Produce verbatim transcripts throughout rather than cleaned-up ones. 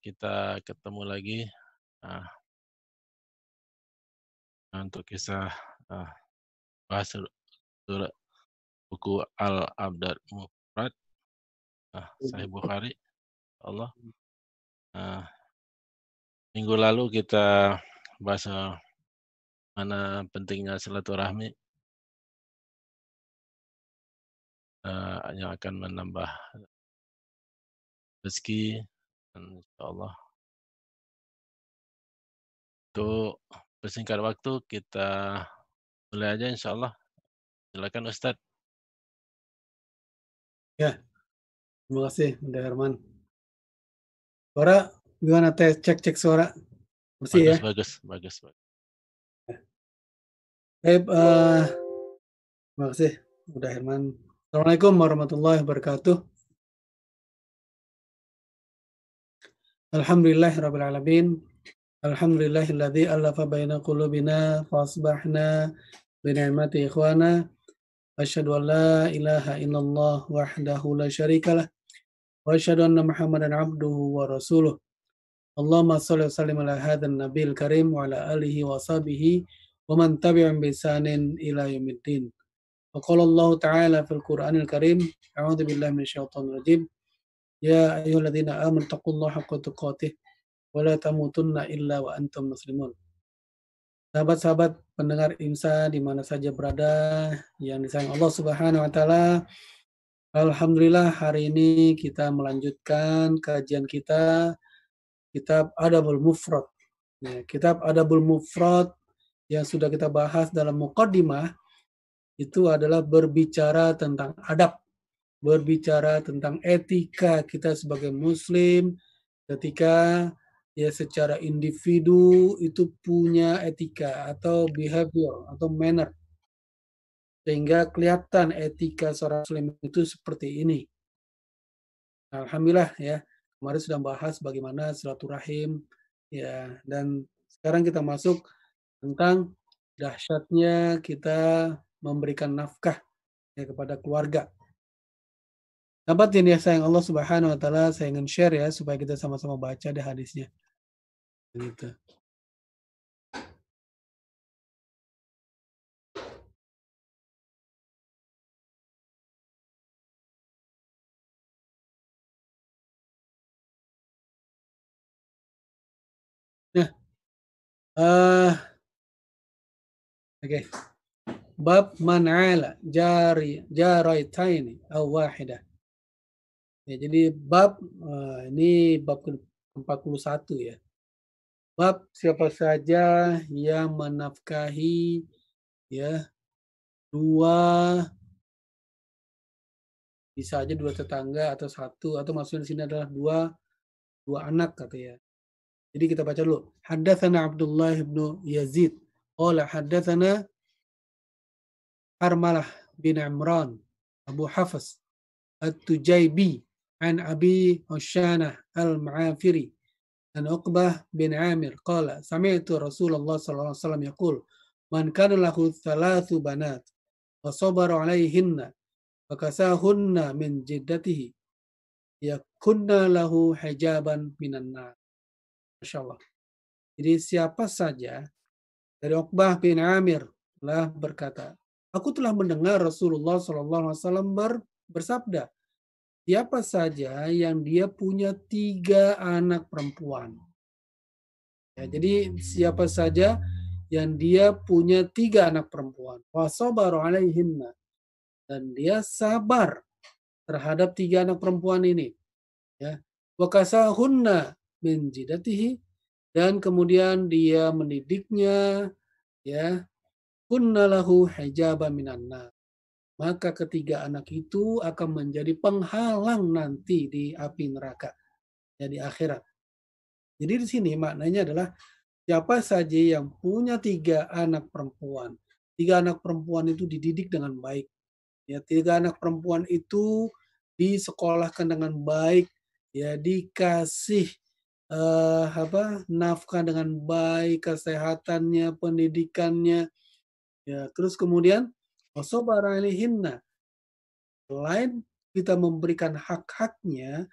kita ketemu lagi, ah, untuk kisah, ah, bahas sur surat buku Al-Adab Mufrad, ah, Sahih Bukhari, Allah. Nah, minggu lalu kita bahas, eee, mana pentingnya silaturahmi eee, yang akan menambah rezeki dan insyaallah untuk persingkat waktu kita mulai aja insyaallah. Silakan Ustaz. Ya, terima kasih Bunda Herman. Suara gimana tes cek-cek suara? Bersih ya? Bagus bagus bagus, Pak. Baik, eee, terima kasih Bunda Herman. Assalamualaikum warahmatullahi wabarakatuh. Alhamdulillahirabbil alamin. Alhamdulillahilladzi alafa baina qulubina fa asbahna bi ni'mati ikhwana. Asyhadu an la ilaha illallah wahdahu la syarikalah wa asyhadu anna Muhammadan abduhu wa rasuluh. Allahumma shalli wa sallim ala hadzal nabiyil karim wa ala alihi wa sahbihi wa man tabi'ahum bi ihsanin ila yaumiddin. Wa qala Allah ta'ala fil Qur'anil Karim, a'udzu billahi minasyaitonir rajim. Ya ayyuhalladzina amanu taqullaha haqqa tuqatih wa la tamutunna illa wa antum muslimun. Sahabat-sahabat pendengar IMSA di mana saja berada yang disayang Allah Subhanahu wa taala. Alhamdulillah hari ini kita melanjutkan kajian kita kitab Adabul Mufrad. Ya, kitab Adabul Mufrad yang sudah kita bahas dalam muqaddimah itu adalah berbicara tentang adab, berbicara tentang etika kita sebagai muslim ketika ya secara individu itu punya etika atau behavior atau manner sehingga kelihatan etika seorang muslim itu seperti ini. Alhamdulillah ya, kemarin sudah bahas bagaimana silaturahim ya, dan sekarang kita masuk tentang dahsyatnya kita memberikan nafkah ya kepada keluarga. Dapat ini ya sayang Allah Subhanahu wa taala, saya ingin share ya supaya kita sama-sama baca deh hadisnya. Gitu. Nah, uh, oke. Okay. Bab man'ala jari jaraitaini aw wahidah. Ya, jadi bab uh, ini bab ke empat puluh satu ya. Bab siapa saja yang menafkahi ya dua, bisa aja dua tetangga atau satu, atau maksudnya di sini adalah dua dua anak kata ya. Jadi kita baca dulu. Haddatsana Abdullah bin Yazid. Qala haddatsana Harmalah bin Imran Abu Hafs At-Tujaibi an Abi Husyanah Al-Ma'afiri an Uqbah bin Amir qala sami'tu Rasulullah sallallahu alaihi wasallam yaqul man kana lahu thalathu banat wa sabara 'alaihinna wa kasahunna min jiddatihi yakunna lahu hijaban minan nar. Masyaallah. Jadi siapa saja dari Uqbah bin Amir telah berkata, aku telah mendengar Rasulullah shallallahu alaihi wasallam ber, bersabda, siapa saja yang dia punya tiga anak perempuan. Ya, jadi siapa saja yang dia punya tiga anak perempuan, wasabaru alaihinna, dan dia sabar terhadap tiga anak perempuan ini, ya, wakasahunna min jidatihi, dan kemudian dia mendidiknya, ya, kunna lahu hijaban minan nar, maka ketiga anak itu akan menjadi penghalang nanti di api neraka, ya, di akhirat. Jadi di sini maknanya adalah siapa saja yang punya tiga anak perempuan, tiga anak perempuan itu dididik dengan baik, ya, tiga anak perempuan itu disekolahkan dengan baik, ya, dikasih uh, apa nafkah dengan baik, kesehatannya, pendidikannya, ya, terus kemudian wasobara alaihinna, selain kita memberikan hak-haknya,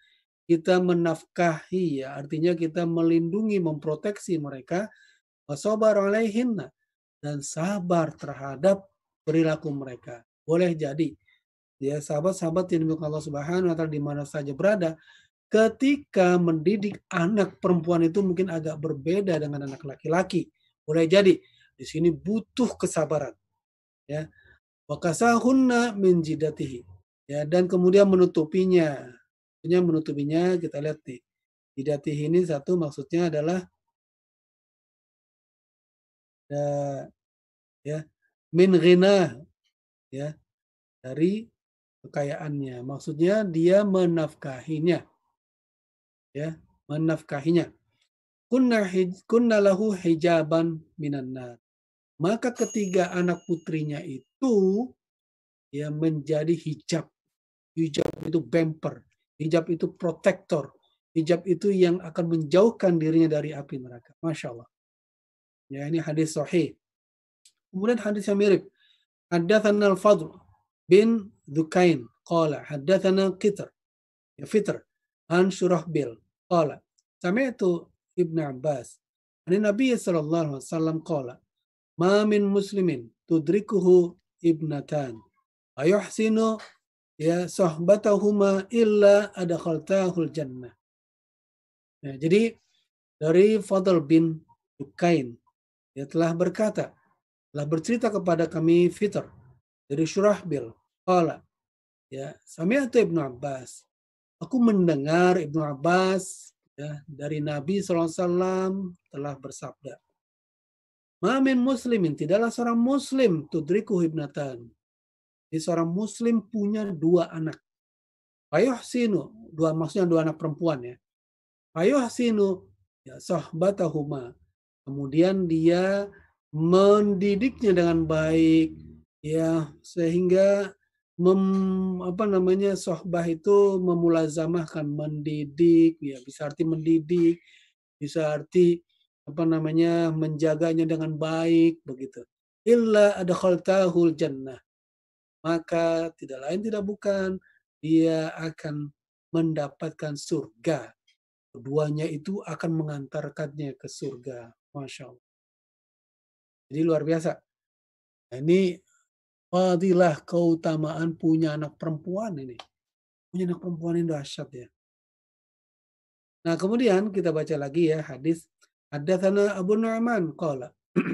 kita menafkahi, ya, artinya kita melindungi, memproteksi mereka, wasabar alaihinna, dan sabar terhadap perilaku mereka. Boleh jadi, ya, sahabat-sahabat yang dimiliki Allah Subhanahu wa taala di mana saja berada, ketika mendidik anak perempuan itu mungkin agak berbeda dengan anak laki-laki. Boleh jadi di sini butuh kesabaran, ya. Wa kasahunna min jidatihi. Ya, dan kemudian menutupinya. Maksudnya menutupinya kita lihat nih. Jidatihi ini satu maksudnya adalah ya, ya min ghina, ya, dari kekayaannya. Maksudnya dia menafkahinya, ya, menafkahinya. Kunna hij, kunna lahu hijaban minan nar. Maka ketiga anak putrinya itu, ya, menjadi hijab. Hijab itu bumper, hijab itu protektor, hijab itu yang akan menjauhkan dirinya dari api neraka. Masya Allah. Ya, ini hadis sahih. Kemudian hadis yang mirip. Haddatsana al-Fadl bin Dukain qala haddatsana Qitr, ya, Fitr an Surahbil qala sami'tu Ibnu Abbas an Nabi sallallahu alaihi wasallam qala ma min muslimin tudrikuhu ibnatan ayuhsinu, ya, sohbatahuma illa adakhaltahul jannah. Nah, jadi dari Fadl bin Dukain, dia telah berkata, telah bercerita kepada kami Fitr dari Syurahbil. Qala, ya, sami'atu Ibnu Abbas. Aku mendengar Ibnu Abbas, ya, dari Nabi shallallahu alaihi wasallam telah bersabda, Ma min muslimin, tidaklah seorang muslim tudriku ibnatan. Jadi seorang muslim punya dua anak. Fayuhsinu, dua maksudnya dua anak perempuan, ya. Fayuhsinu, ya, sohbatahuma. Kemudian dia mendidiknya dengan baik, ya, sehingga mem, apa namanya, sohbah itu memulazamahkan, mendidik, ya, bisa arti mendidik, bisa arti apa namanya, menjaganya dengan baik, begitu. Illa adkhaltahul jannah. Maka tidak lain tidak bukan dia akan mendapatkan surga. Keduanya itu akan mengantarkannya ke surga. Masya Allah. Jadi luar biasa. Nah, ini fadilah keutamaan punya anak perempuan ini. Punya anak perempuan yang dahsyat, ya. Nah, kemudian kita baca lagi, ya, hadis. Haddatsana Abu Nu'man qala.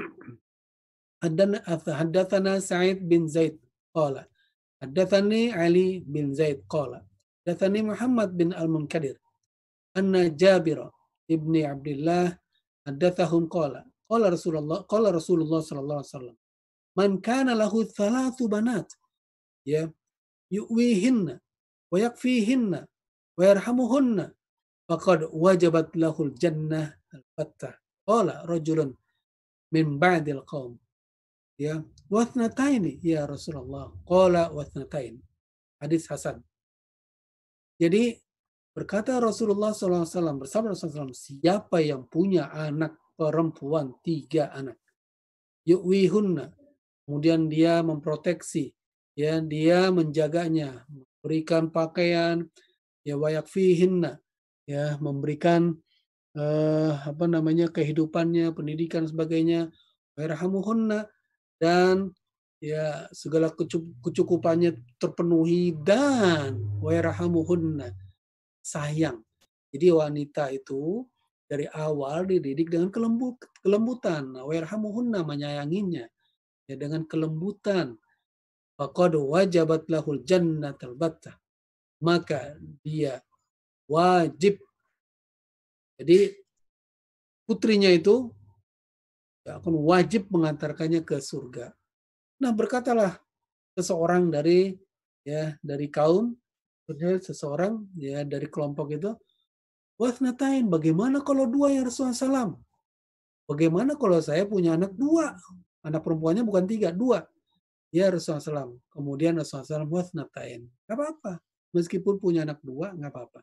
Haddatsana Sa'id bin Zaid qala. Haddatsani Ali bin Zaid qala. Haddatsani Muhammad bin Al-Munkadir. Anna Jabir ibni Abdullah haddatsahum qala. Qala Rasulullah qala Rasulullah sallallahu alaihi wasallam. Man kana lahu thalathu banat, ya, yu'wihinna wa yakfihinna wa yarhamuhunna faqad wajabat lahul jannah al-battah. Qala rajulun min ba'dil qaum, ya, wa thnataini ya Rasulullah. Qala wa thnatain. Hadis hasan. Jadi berkata Rasulullah sallallahu alaihi wasallam, bersabda Rasulullah sallallahu alaihi wasallam, siapa yang punya anak perempuan tiga anak, yu'wihunna, kemudian dia memproteksi, ya, dia menjaganya, memberikan pakaian, ya, wayakfihinna, ya, memberikan eh, apa namanya, kehidupannya, pendidikan, sebagainya, wayarhamuhunna, dan, ya, segala kecukupannya terpenuhi, dan wayarhamuhunna, sayang. Jadi wanita itu dari awal dididik dengan kelembut, kelembutan. Wayarhamuhunna, menyayanginya, ya, dengan kelembutan. Faqad wajabat lahul jannatul battah. Maka dia wajib. Jadi putrinya itu, ya, akan wajib mengantarkannya ke surga. Nah, berkatalah seseorang dari, ya, dari kaum, seseorang, ya, dari kelompok itu, wasnatain, bagaimana kalau dua ya Rasulullah sallallahu alaihi wasallam? Bagaimana kalau saya punya anak dua? Anak perempuannya bukan tiga, dua. Ya Rasulullah sallallahu alaihi wasallam. Kemudian Rasulullah sallallahu alaihi wasallam wasnatain. Gak apa-apa. Meskipun punya anak dua, gak apa-apa.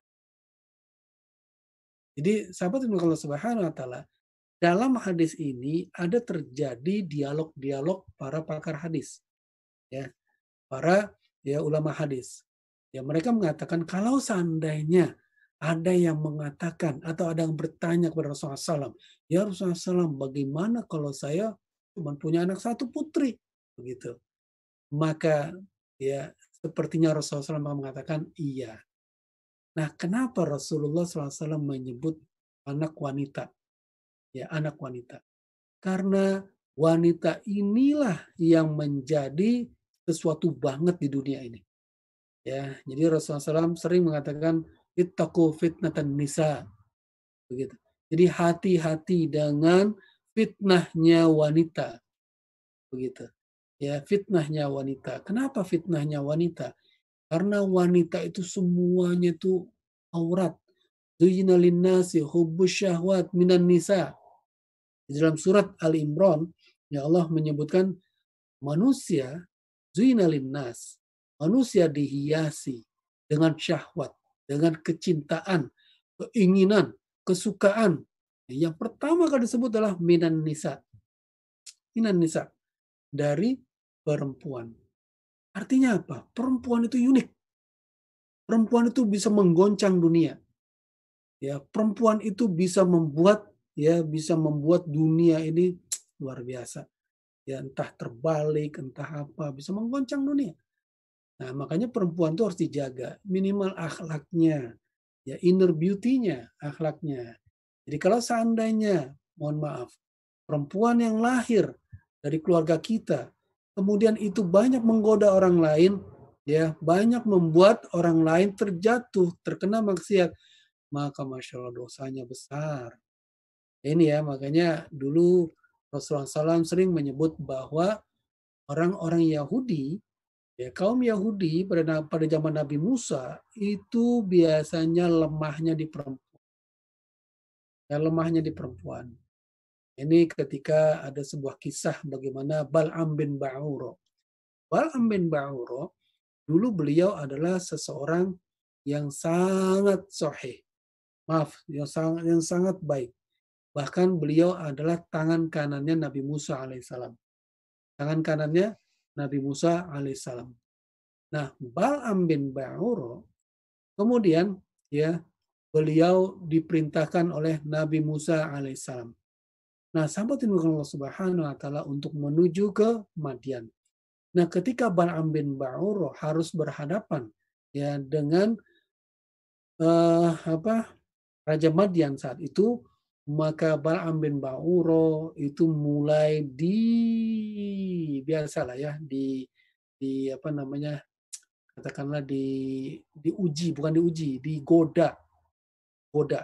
Jadi sahabat yang Allah Subhanahu wa taala, dalam hadis ini ada terjadi dialog-dialog para pakar hadis, ya, para, ya, ulama hadis. Ya, mereka mengatakan kalau seandainya ada yang mengatakan atau ada yang bertanya kepada Rasulullah sallallahu alaihi wasallam, "Ya Rasulullah sallallahu alaihi wasallam, bagaimana kalau saya cuma punya anak satu putri?" Begitu. Maka ya sepertinya Rasulullah sallallahu alaihi wasallam mengatakan, "Iya." Nah, kenapa Rasulullah sallallahu alaihi wasallam menyebut anak wanita? Ya, anak wanita. Karena wanita inilah yang menjadi sesuatu banget di dunia ini. Ya, jadi Rasulullah sallallahu alaihi wasallam sering mengatakan ittaqu fitnatan nisa, begitu. Jadi hati-hati dengan fitnahnya wanita, begitu. Ya, fitnahnya wanita. Kenapa fitnahnya wanita? Karena wanita itu semuanya itu aurat. Zuyyina lin-nasi hubbus syahwat minan nisa. Di dalam surat Ali Imran, ya Allah menyebutkan manusia zuyyina lin-nas. Manusia dihiasi dengan syahwat, dengan kecintaan, keinginan, kesukaan. Yang pertama kali disebut adalah minan nisa. Minan nisa. Dari perempuan. Artinya apa? Perempuan itu unik. Perempuan itu bisa menggoncang dunia. Ya, perempuan itu bisa membuat ya bisa membuat dunia ini luar biasa. Ya, entah terbalik, entah apa, bisa menggoncang dunia. Nah, makanya perempuan itu harus dijaga, minimal akhlaknya, ya inner beauty-nya, akhlaknya. Jadi kalau seandainya, mohon maaf, perempuan yang lahir dari keluarga kita, kemudian itu banyak menggoda orang lain, ya banyak membuat orang lain terjatuh, terkena maksiat, maka masya Allah dosanya besar. Ini ya makanya dulu Rasulullah sallallahu alaihi wasallam sering menyebut bahwa orang-orang Yahudi, ya kaum Yahudi pada pada zaman Nabi Musa itu biasanya lemahnya di perempuan. Ya, lemahnya di perempuan. Ini ketika ada sebuah kisah bagaimana Bal'am bin Ba'uro. Bal'am bin Ba'uro, dulu beliau adalah seseorang yang sangat sohih. Maaf, yang sangat, yang sangat baik. Bahkan beliau adalah tangan kanannya Nabi Musa alaihissalam. Tangan kanannya Nabi Musa alaihissalam. Nah, Bal'am bin Ba'uro, kemudian ya beliau diperintahkan oleh Nabi Musa alaihissalam. Nah, sahabat yang Allah Subhanahu wa taala untuk menuju ke Madian. Nah, ketika Bal'am bin Ba'uro harus berhadapan ya dengan uh, apa Raja Madian saat itu, maka Bal'am bin Ba'uro itu mulai di biasalah ya di di apa namanya katakanlah di diuji bukan diuji digoda goda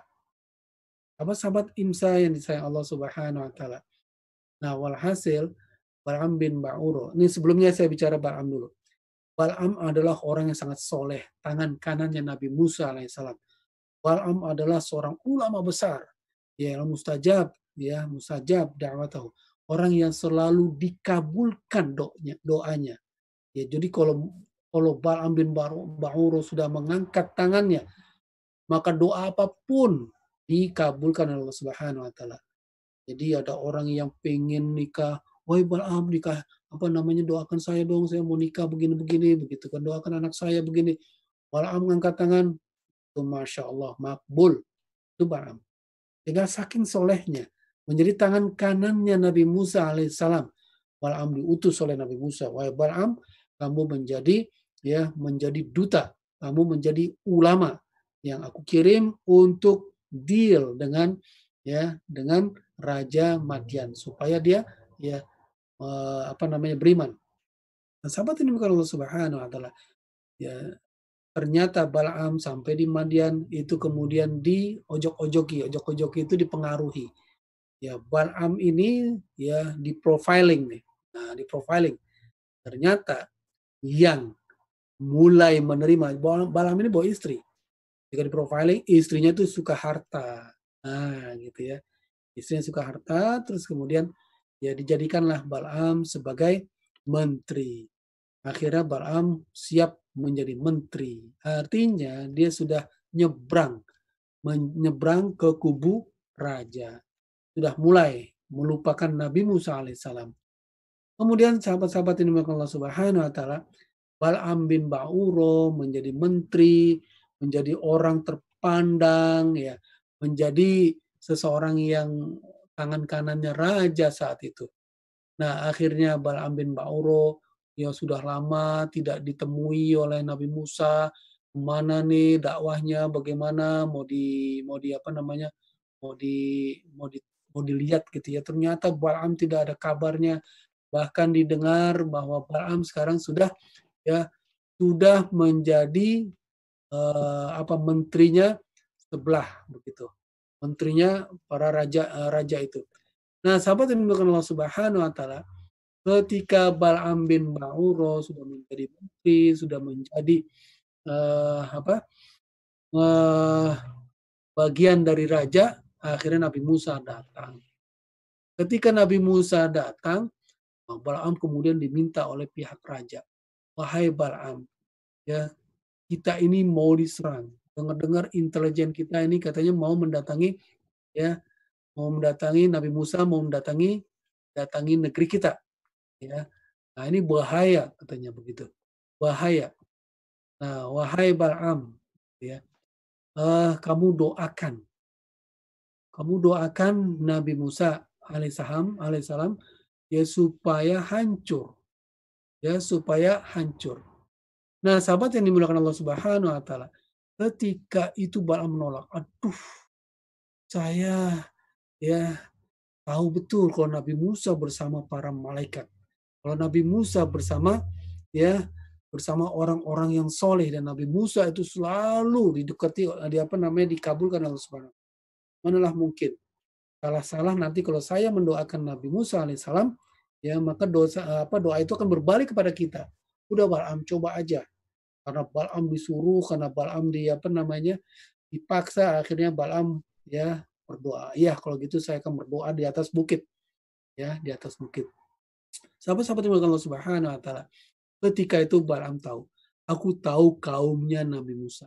apa sahabat Imsa yang disayang Allah Subhanahu wa taala. Nah, walhasil Bal'am bin Ba'uro. Ini sebelumnya saya bicara Bal'am dulu. Bal'am adalah orang yang sangat soleh, tangan kanannya Nabi Musa alaihissalam. Bal'am adalah seorang ulama besar, ya mustajab, ya mustajab da'watahu. Orang yang selalu dikabulkan doanya, doanya. Ya, jadi kalau kalau Bal'am bin Ba'uro sudah mengangkat tangannya, maka doa apapun dikabulkan oleh Allah Subhanahu wa taala. Jadi ada orang yang pengen nikah, wahai Bal'am nikah, apa namanya doakan saya dong, saya mau nikah begini-begini, begitu kan, doakan anak saya begini. Bal'am mengangkat tangan, itu masya Allah makbul, itu Bal'am. Sehingga saking solehnya, menjadi tangan kanannya Nabi Musa alaihissalam. Bal'am diutus oleh Nabi Musa, wahai Bal'am, kamu menjadi ya menjadi duta, kamu menjadi ulama yang aku kirim untuk deal dengan ya dengan Raja Madian supaya dia ya eh, apa namanya beriman. Nah, sahabat ini bukan Allah Subhanahu wa taala. Ya, ternyata Bal'am sampai di Madian itu kemudian di ojok-ojoki, ojok-ojoki itu dipengaruhi. Ya, Bal'am ini ya di profiling nih. Nah, di profiling. Ternyata yang mulai menerima Bal'am ini bawa istri. Jika di profiling istrinya itu suka harta. Nah, gitu ya. Istrinya suka harta, terus kemudian ya dijadikanlah Bal'am sebagai menteri. Akhirnya Bal'am siap menjadi menteri. Artinya dia sudah nyebrang, menyeberang ke kubu raja. Sudah mulai melupakan Nabi Musa alaihissalam. Kemudian sahabat-sahabat ini Allah Subhanahu wa taala, Bal'am bin Ba'uro menjadi menteri, menjadi orang ter dipandang ya menjadi seseorang yang tangan kanannya raja saat itu. Nah, akhirnya Bal'am bin Ba'uro yang sudah lama tidak ditemui oleh Nabi Musa, kemana nih dakwahnya, bagaimana mau di mau di apa namanya, mau di mau di mau dilihat gitu ya. Ternyata Bal'am tidak ada kabarnya, bahkan didengar bahwa Bal'am sekarang sudah ya sudah menjadi eh, apa menterinya sebelah begitu. Menterinya para raja eh, raja itu. Nah, sahabat yang dimuliakan Allah Subhanahu wa taala, ketika Bal'am bin Ba'uro sudah menjadi menteri, sudah menjadi eh, apa? eh, bagian dari raja, akhirnya Nabi Musa datang. Ketika Nabi Musa datang, Bal'am kemudian diminta oleh pihak raja, wahai Bal'am, ya kita ini mau diserang. Dengar-dengar intelijen kita ini katanya mau mendatangi ya, mau mendatangi Nabi Musa, mau mendatangi datangi negeri kita, ya. Nah, ini bahaya katanya begitu. Bahaya. Nah, wahai Bal'am, ya, eh, kamu doakan, kamu doakan Nabi Musa alaihissalam, alaihissalam, ya supaya hancur, ya supaya hancur. Nah, sahabat yang dimuliakan Allah Subhanahu wa taala, ketika itu Bal'am menolak, aduh, saya ya tahu betul kalau Nabi Musa bersama para malaikat. Kalau Nabi Musa bersama ya bersama orang-orang yang soleh dan Nabi Musa itu selalu didekati di apa namanya dikabulkan Allah Subhanahu. Manalah mungkin salah-salah nanti kalau saya mendoakan Nabi Musa alaihissalam ya maka dosa apa doa itu akan berbalik kepada kita. Udah Bal'am coba aja karena Bal'am disuruh karena Bal'am di apa namanya dipaksa akhirnya Bal'am ya berdoa. Ya kalau gitu saya akan berdoa di atas bukit ya di atas bukit. Sahabat-sahabat yang dimuliakan Allah Subhanahu wa taala. Ketika itu Bal'am tahu, aku tahu kaumnya Nabi Musa.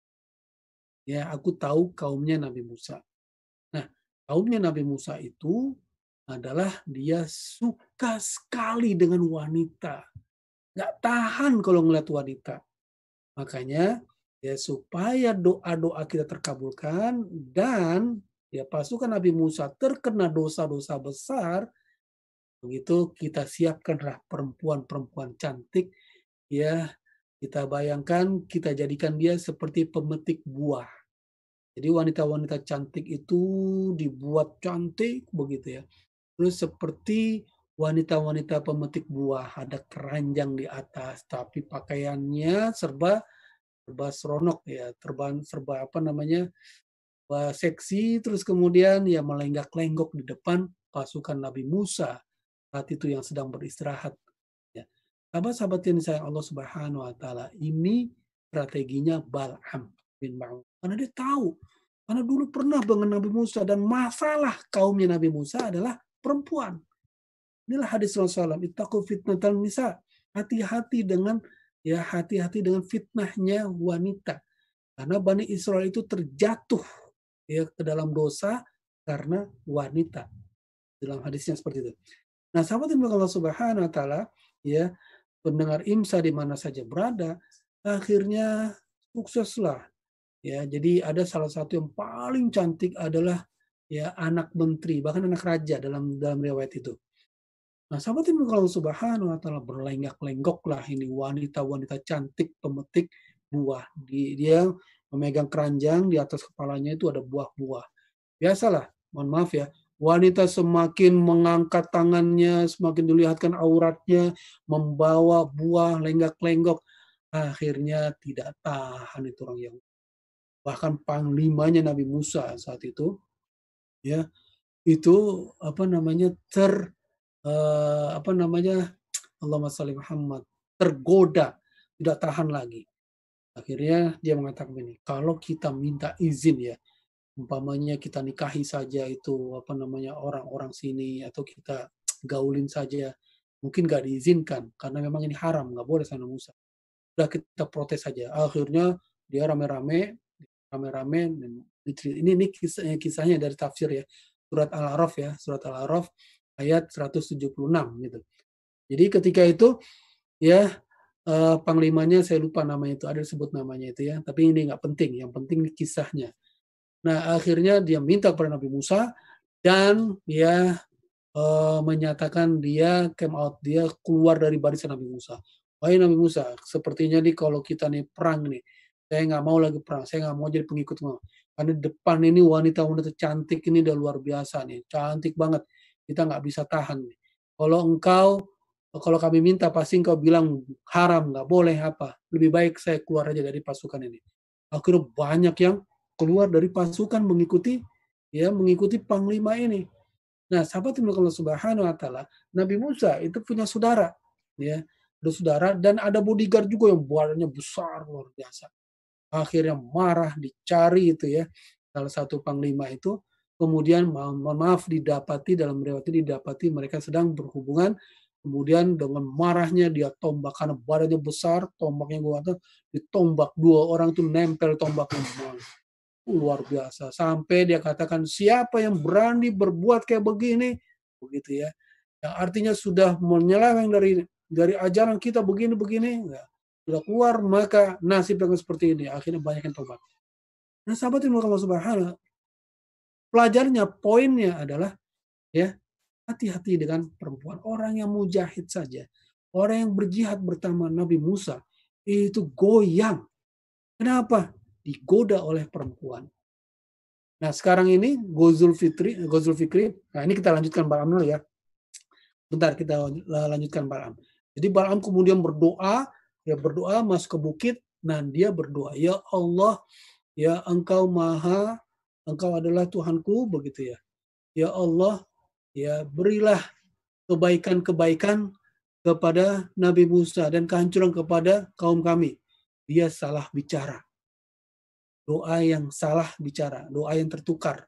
Ya, aku tahu kaumnya Nabi Musa. Nah, kaumnya Nabi Musa itu adalah dia suka sekali dengan wanita. Nggak tahan kalau ngeliat wanita. Makanya ya supaya doa-doa kita terkabulkan dan ya pasukan Nabi Musa terkena dosa-dosa besar, begitu kita siapkanlah perempuan-perempuan cantik ya kita bayangkan kita jadikan dia seperti pemetik buah. Jadi wanita-wanita cantik itu dibuat cantik begitu ya. Terus seperti wanita-wanita pemetik buah ada keranjang di atas tapi pakaiannya serba serba seronok ya, serba serba apa namanya? Serba seksi terus kemudian ya melenggak-lenggok di depan pasukan Nabi Musa saat itu yang sedang beristirahat. Ya. Sahabat-sahabat yang disayang Allah Subhanahu wa taala, ini strateginya Bal'am bin Ba'ur. Karena dia tahu, karena dulu pernah dengan Nabi Musa dan masalah kaumnya Nabi Musa adalah perempuan. Inilah hadis Rasulullah, ittaqu fitnatal nisa. Hati-hati dengan ya hati-hati dengan fitnahnya wanita. Karena Bani Israel itu terjatuh ya ke dalam dosa karena wanita. Dalam hadisnya seperti itu. Nah, sahabat yang Allah Subhanahu wa taala, ya, pendengar IMSA di mana saja berada, akhirnya sukseslah. Ya, jadi ada salah satu yang paling cantik adalah ya anak menteri, bahkan anak raja dalam dalam riwayat itu. Nah, sahabat yang Allah Subhanahu wa taala berlenggak-lenggoklah ini wanita-wanita cantik pemetik buah. Di, dia memegang keranjang di atas kepalanya itu ada buah-buah. Biasalah, mohon maaf ya, wanita semakin mengangkat tangannya, semakin dilihatkan auratnya, membawa buah lenggak-lenggok. Akhirnya tidak tahan itu orang yang bahkan panglimanya Nabi Musa saat itu, ya itu apa namanya ter eh, apa namanya Allahumma shalli Muhammad tergoda tidak tahan lagi. Akhirnya dia mengatakan ini, kalau kita minta izin ya umpamanya kita nikahi saja itu apa namanya orang-orang sini atau kita gaulin saja mungkin nggak diizinkan karena memang ini haram nggak boleh sama Musa udah kita protes saja akhirnya dia rame-rame rame-rame ini ini kisahnya, kisahnya dari tafsir ya surat Al-A'raf ya surat Al-A'raf ayat seratus tujuh puluh enam gitu jadi ketika itu ya eee, panglimanya saya lupa namanya itu, ada disebut namanya itu ya, tapi ini nggak penting, yang penting kisahnya. Nah, akhirnya dia minta kepada Nabi Musa dan dia, eee, menyatakan dia came out, dia keluar dari barisan Nabi Musa. "Wahai Nabi Musa, sepertinya nih kalau kita nih perang nih, saya nggak mau lagi perang, saya nggak mau jadi pengikutmu. Karena di depan ini wanita-wanita cantik ini udah luar biasa nih, cantik banget, kita nggak bisa tahan nih. Kalau engkau kalau kami minta pasti engkau bilang haram, nggak boleh apa, lebih baik saya keluar aja dari pasukan ini." Akhirnya banyak yang keluar dari pasukan mengikuti ya mengikuti panglima ini. Nah, sahabat yang Allah Subhanahu wa taala, Nabi Musa itu punya saudara, ya. Ada saudara dan ada bodyguard juga yang badannya besar luar biasa. Akhirnya marah, dicari itu ya, salah satu panglima itu, kemudian ma mohon maaf didapati dalam riwayat ini didapati mereka sedang berhubungan, kemudian dengan marahnya dia tombak karena badannya besar, tombaknya gua kata ditombak, dua orang tuh nempel tombaknya. Luar biasa, sampai dia katakan, "Siapa yang berani berbuat kayak begini?" Begitu ya. Yang artinya sudah menyeleweng dari dari ajaran kita begini-begini, ya, sudah keluar maka nasib yang seperti ini, akhirnya banyak yang tobat. Nah, sahabat yang Allah Subhanahu, pelajarnya, poinnya adalah ya, hati-hati dengan perempuan. Orang yang mujahid saja, orang yang berjihad bersama Nabi Musa, itu goyang. Kenapa? Digoda oleh perempuan. Nah, sekarang ini Ghazul Fitri, Ghazul Fikri, nah ini kita lanjutkan Balaam dulu ya. Bentar kita lanjutkan Balaam. Jadi Balaam kemudian berdoa, ya berdoa masuk ke bukit, nah dia berdoa, "Ya Allah, ya Engkau Maha, Engkau adalah Tuhanku," begitu ya. "Ya Allah, ya berilah kebaikan-kebaikan kepada Nabi Musa dan kehancuran kepada kaum kami." Dia salah bicara. Doa yang salah bicara, doa yang tertukar.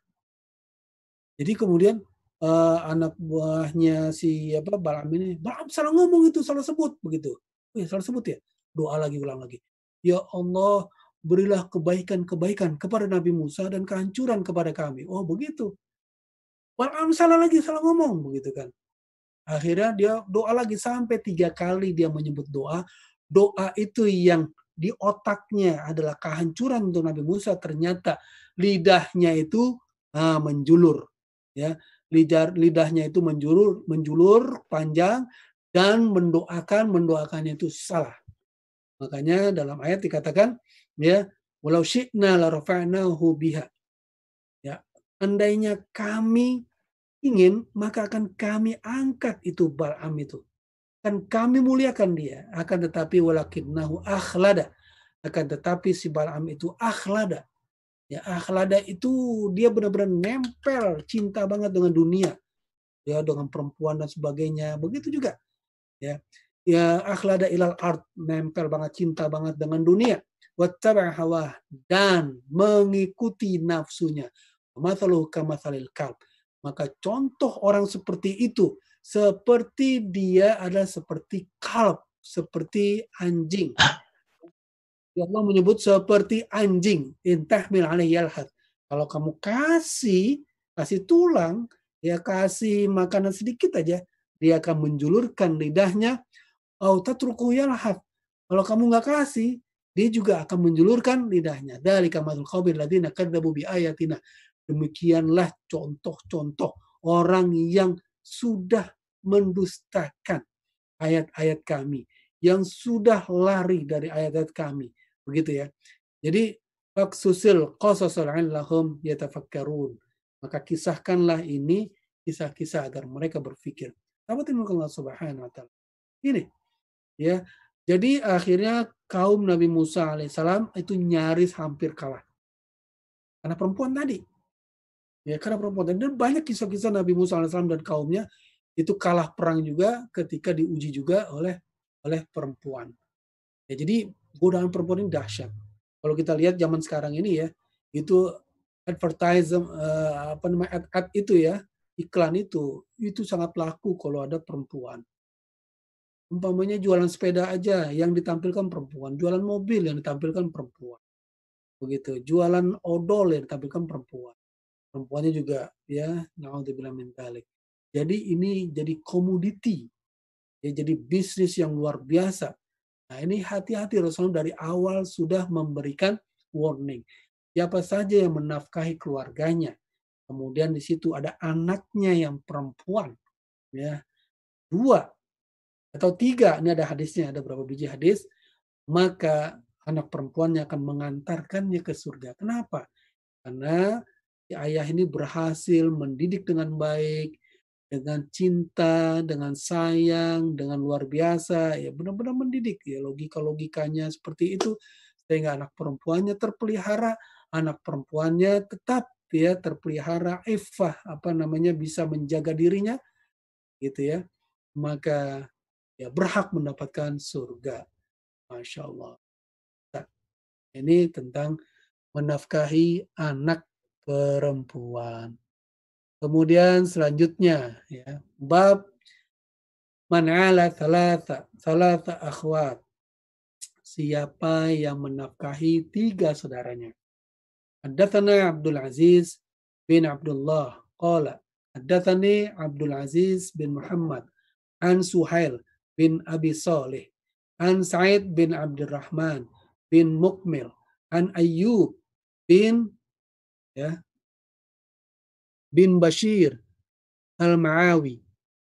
Jadi kemudian uh, anak buahnya si apa Balaam ini, "Balaam salah ngomong itu, salah sebut," begitu. "Oh ya salah sebut ya?" Doa lagi, ulang lagi. "Ya Allah, berilah kebaikan-kebaikan kepada Nabi Musa dan kehancuran kepada kami." Oh begitu. Balaam salah lagi, salah ngomong, begitu kan. Akhirnya dia doa lagi sampai tiga kali dia menyebut doa. Doa itu yang di otaknya adalah kehancuran untuk Nabi Musa, ternyata lidahnya itu ah, menjulur. Ya, lidah lidahnya itu menjulur, menjulur panjang dan mendoakan mendoakannya itu salah. Makanya dalam ayat dikatakan ya, walau syi'na la rafa'nahu biha. Ya, andainya kami ingin, maka akan kami angkat itu Bal'am itu. Kan kami muliakan dia. Akan tetapi walakinnahu akhlada. Akan tetapi si Bal'am itu akhlada. Ya, akhlada itu dia benar-benar nempel, cinta banget dengan dunia. Ya, dengan perempuan dan sebagainya. Begitu juga. Ya, ya akhlada ilal art, nempel banget, cinta banget dengan dunia. Wattaba' hawa, dan mengikuti nafsunya. Mathaluhu kamathalil kalb. Maka contoh orang seperti itu, seperti dia adalah seperti kalb, seperti anjing. Allah menyebut seperti anjing. Intahmil alaihi yalhad. Kalau kamu kasih, kasih tulang, ya kasih makanan sedikit aja, dia akan menjulurkan lidahnya. Au tatruku yalhad. Kalau kamu nggak kasih, dia juga akan menjulurkan lidahnya. Dzalika matsul qaumil ladzina kadzdzabu bi ayatina. Demikianlah contoh-contoh orang yang sudah mendustakan ayat-ayat kami, yang sudah lari dari ayat-ayat kami. Begitu ya. Jadi faksusil qasasul lahum yatafakkarun. Maka kisahkanlah ini kisah-kisah agar mereka berpikir. Sahabat Allah Subhanahu wa taala. Ini ya. Jadi akhirnya kaum Nabi Musa alaihissalam itu nyaris hampir kalah. Karena perempuan tadi. Ya, karena perempuan tadi. Dan banyak kisah-kisah Nabi Musa alaihissalam dan kaumnya itu kalah perang juga ketika diuji juga oleh oleh perempuan. Ya, jadi godaan perempuan ini dahsyat. Kalau kita lihat zaman sekarang ini ya, itu advertisem uh, apa namanya ad, ad itu ya, iklan itu itu sangat laku kalau ada perempuan. Umpamanya jualan sepeda aja yang ditampilkan perempuan, jualan mobil yang ditampilkan perempuan. Begitu, jualan odol yang ditampilkan perempuan. Perempuannya juga ya, naudzubillah min dzalik. Jadi ini jadi komoditi. Ya, jadi bisnis yang luar biasa. Nah, ini hati-hati, Rasulullah dari awal sudah memberikan warning. Siapa saja yang menafkahi keluarganya, kemudian di situ ada anaknya yang perempuan, ya, dua atau tiga, ini ada hadisnya, ada berapa biji hadis, maka anak perempuannya akan mengantarkannya ke surga. Kenapa? Karena si ayah ini berhasil mendidik dengan baik, dengan cinta, dengan sayang, dengan luar biasa, ya benar-benar mendidik, ya logika-logikanya seperti itu, sehingga anak perempuannya terpelihara, anak perempuannya tetap ya terpelihara, iffah, apa namanya, bisa menjaga dirinya, gitu ya, maka ya berhak mendapatkan surga. Masya Allah. Nah, ini tentang menafkahi anak perempuan. Kemudian selanjutnya ya, bab man ala thalatha, thalatha akhwat. Siapa yang menafkahi tiga saudaranya. Haddatsana Abdul Aziz bin Abdullah qala haddatsani Abdul Aziz bin Muhammad an Suhail bin Abi Salih an Sa'id bin Abdurrahman bin Mukmil an Ayyub bin ya bin Bashir al-Ma'awi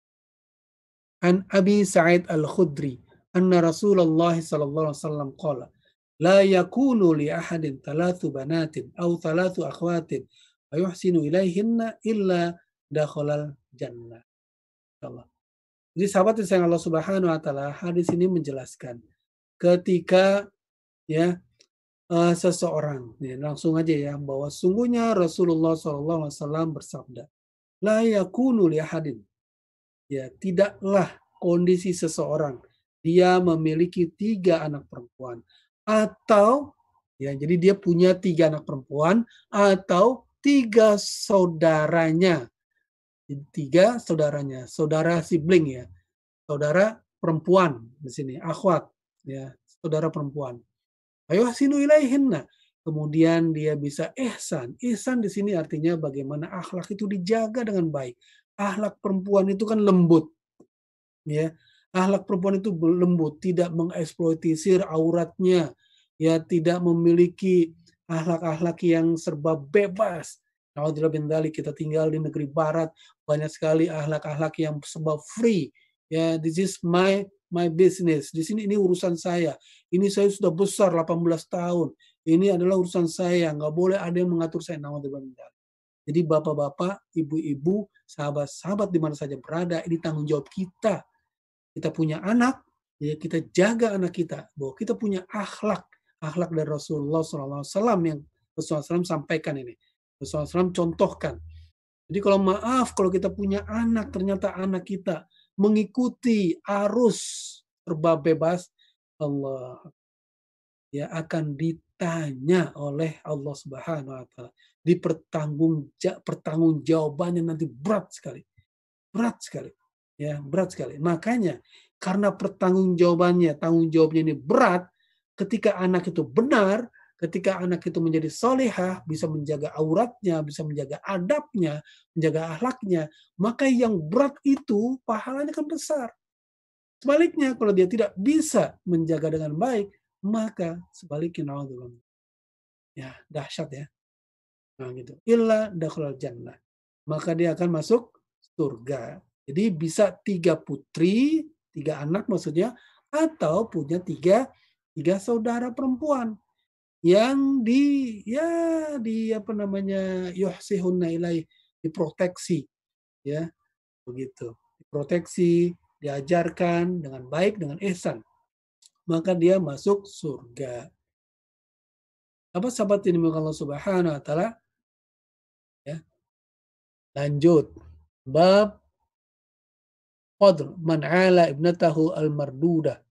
an Abi Sa'id al-Khudri anna Rasulullah sallallahu alaihi wasallam qala la yakunu li ahadin thalathu banatin aw thalathu akhwatin wa yuhsinu ilaihinna illa dakhalal jannah. Allah. Jadi sahabat yang sayang Allah Subhanahu wa taala, hadis ini menjelaskan ketika ya uh, seseorang, ya, langsung aja ya, bahwa sungguhnya Rasulullah sallallahu alaihi wasallam bersabda, la yakunu li ahadin, ya tidaklah kondisi seseorang dia memiliki tiga anak perempuan atau ya jadi dia punya tiga anak perempuan atau tiga saudaranya, tiga saudaranya, saudara sibling ya, saudara perempuan di sini, akhwat ya, saudara perempuan. Ayo hasinu ilaihinna. Kemudian dia bisa ihsan. Ihsan di sini artinya bagaimana akhlak itu dijaga dengan baik. Akhlak perempuan itu kan lembut. Ya, akhlak perempuan itu lembut, tidak mengeksploitisir auratnya, ya tidak memiliki akhlak-akhlak yang serba bebas. Alhamdulillah bin dzalik, kita tinggal di negeri barat, banyak sekali akhlak-akhlak yang serba free. Ya, this is my my business. Di sini ini urusan saya. Ini saya sudah besar delapan belas tahun. Ini adalah urusan saya, nggak boleh ada yang mengatur saya. Alhamdulillah bin dzalik. Jadi bapak-bapak, ibu-ibu, sahabat-sahabat di mana saja berada, ini tanggung jawab kita. Kita punya anak, ya kita jaga anak kita, bahwa kita punya akhlak, akhlak dari Rasulullah shallallahu alaihi wasallam yang Rasulullah shallallahu alaihi wasallam sampaikan ini. Rasulullah shallallahu alaihi wasallam contohkan. Jadi kalau maaf, kalau kita punya anak, ternyata anak kita mengikuti arus serba bebas, Allah ya akan ditanya oleh Allah Subhanahu wa taala. Di pertanggung pertanggungjawabannya nanti berat sekali. Berat sekali. Ya, berat sekali. Makanya karena pertanggungjawabannya, tanggung jawabnya ini berat, ketika anak itu benar, ketika anak itu menjadi solehah, bisa menjaga auratnya, bisa menjaga adabnya, menjaga akhlaknya, maka yang berat itu pahalanya kan besar. Sebaliknya, kalau dia tidak bisa menjaga dengan baik, maka sebaliknya, naudzubillah. Ya, dahsyat ya. Nah, gitu. Illa dakhalal jannah. Maka dia akan masuk surga. Jadi bisa tiga putri, tiga anak maksudnya, atau punya tiga tiga saudara perempuan yang di ya di apa namanya yuhsihunna ilaih, diproteksi ya begitu, diproteksi, diajarkan dengan baik, dengan ihsan, maka dia masuk surga. Apa sahabat ini Allah Subhanahu wa taala ya. Lanjut bab qadr man ala ibnatahu al-mardudah.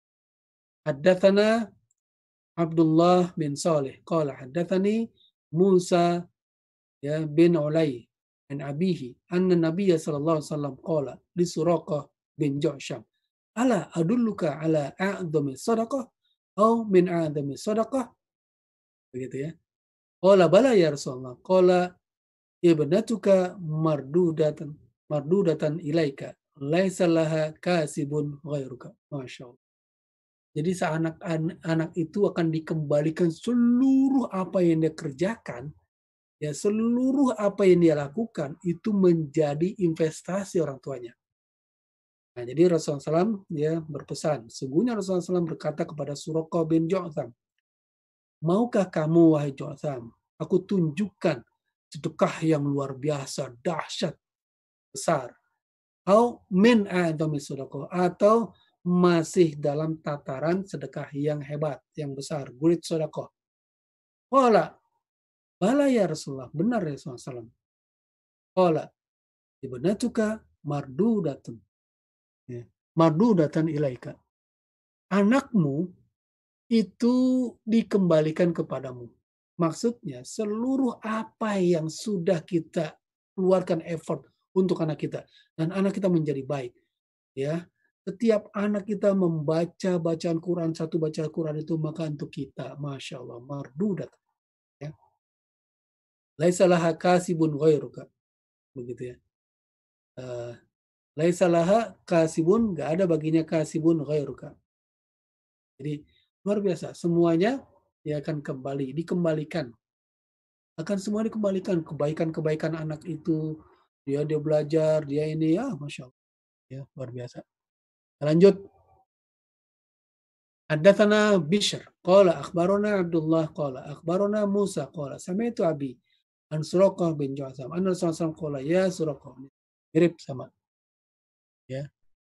Haddatsana Abdullah bin Salih qala haddatsani Musa ya bin Ulay an abihi anna Nabiy sallallahu alaihi wasallam qala li Suraqah bin Ju'sham ala adulluka ala a'dhami sadaqah aw min a'dhami sadaqah, begitu ya. Qala bala ya Rasulullah, qala ibnatuka mardudatan mardudatan ilaika laisa laha kasibun ghairuka. Masyaallah. Jadi seanak an anak itu akan dikembalikan seluruh apa yang dia kerjakan, ya seluruh apa yang dia lakukan itu menjadi investasi orang tuanya. Nah, jadi Rasulullah shallallahu alaihi wasallam dia berpesan, sungguhnya Rasulullah shallallahu alaihi wasallam berkata kepada Suraqah bin Ju'tham, maukah kamu wahai Ju'tham, aku tunjukkan sedekah yang luar biasa, dahsyat, besar. Au min a'dhami sedekah, atau masih dalam tataran sedekah yang hebat, yang besar, great sedekah. Qala, bala ya Rasulullah, benar ya Rasulullah shallallahu alaihi wasallam. Qala, ibnatuka mardudatun. Ya. Mardudatan ilaika. Anakmu itu dikembalikan kepadamu. Maksudnya seluruh apa yang sudah kita keluarkan effort untuk anak kita dan anak kita menjadi baik, ya. Setiap anak kita membaca bacaan Quran, satu baca Quran itu maka untuk kita, masya Allah, mardudat, ya. Laisa laha kasibun ghairuka, begitu ya. Uh, Laisa laha kasibun, nggak ada baginya kasibun ghairuka. Jadi luar biasa, semuanya dia akan kembali, dikembalikan. Akan semua dikembalikan, kebaikan-kebaikan anak itu, dia dia belajar, dia ini, ya masya Allah, ya luar biasa. Lanjut. Haddatsana Bishr qala akhbarana Abdullah qala akhbarana Musa qala sami'tu abi an Suraqah bin Ju'tham anna Rasulullah sallallahu alaihi wasallam qala ya Suraqah. Mirip sama, ya.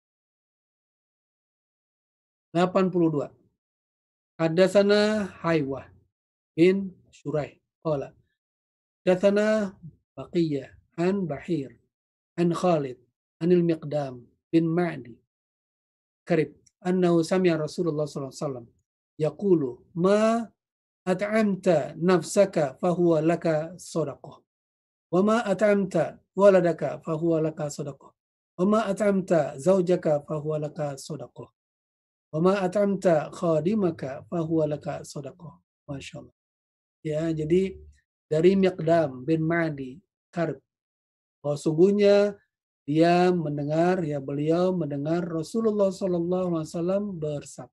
delapan puluh dua. Haddatsana Haywah bin Shuraih qala haddatsana Baqiyah an Bahir an Khalid anil Miqdam bin Ma'di karib annahu sami'a Rasulullah sallallahu alaihi wasallam yaqulu ma at'amta nafsaka fahuwa laka shadaqah wa ma at'amta waladaka fahuwa laka shadaqah wa ma at'amta zawjaka fahuwa laka shadaqah wa ma at'amta khadimaka fahuwa laka shadaqah. Masyaallah. Ya, jadi dari Miqdam bin Ma'di Karib, bahwa sungguhnya dia mendengar, ya beliau mendengar Rasulullah Shallallahu Alaihi Wasallam bersabda.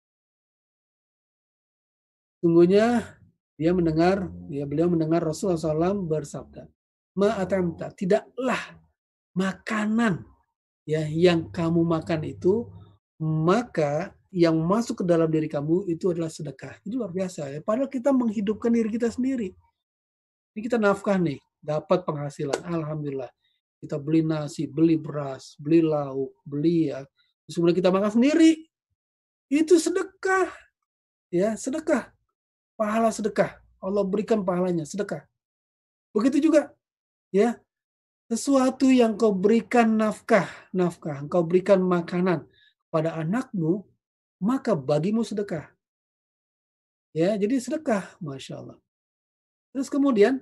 Sungguhnya dia mendengar, ya beliau mendengar Rasulullah Shallallahu Alaihi Wasallam bersabda, ma'atamta, tidaklah makanan ya yang kamu makan itu, maka yang masuk ke dalam diri kamu itu adalah sedekah. Itu luar biasa ya. Padahal kita menghidupkan diri kita sendiri. Ini kita nafkah nih, dapat penghasilan, alhamdulillah. Kita beli nasi, beli beras, beli lauk, beli ya. Sebenarnya kita makan sendiri. Itu sedekah. Ya, sedekah. Pahala sedekah. Allah berikan pahalanya, sedekah. Begitu juga, ya. Sesuatu yang kau berikan nafkah, nafkah, kau berikan makanan kepada anakmu, maka bagimu sedekah. Ya, jadi sedekah, masya Allah. Terus kemudian,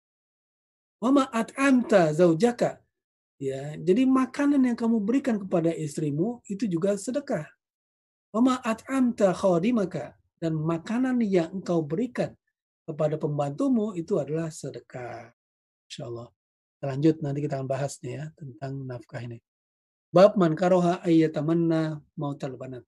wama at'amta zaujaka. Ya, jadi makanan yang kamu berikan kepada istrimu itu juga sedekah. Wama at'amta khadimaka, dan makanan yang engkau berikan kepada pembantumu itu adalah sedekah. Insyaallah. Lanjut nanti kita akan bahas nih ya tentang nafkah ini. Bab man karoha ayyatamanna mautal banat.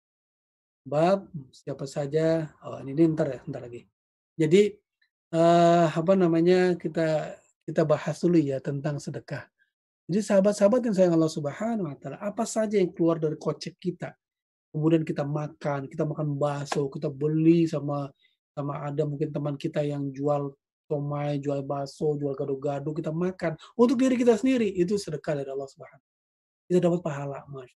Bab siapa saja, oh ini, ini ntar ya, ntar lagi. Jadi uh, apa namanya kita kita bahas dulu ya tentang sedekah. Jadi sahabat-sahabat yang sayang Allah Subhanahu wa taala, apa saja yang keluar dari kocek kita, kemudian kita makan, kita makan bakso, kita beli sama sama ada mungkin teman kita yang jual somai, jual bakso, jual gado-gado, kita makan untuk diri kita sendiri, itu sedekah dari Allah Subhanahu. Kita dapat pahala, Mas.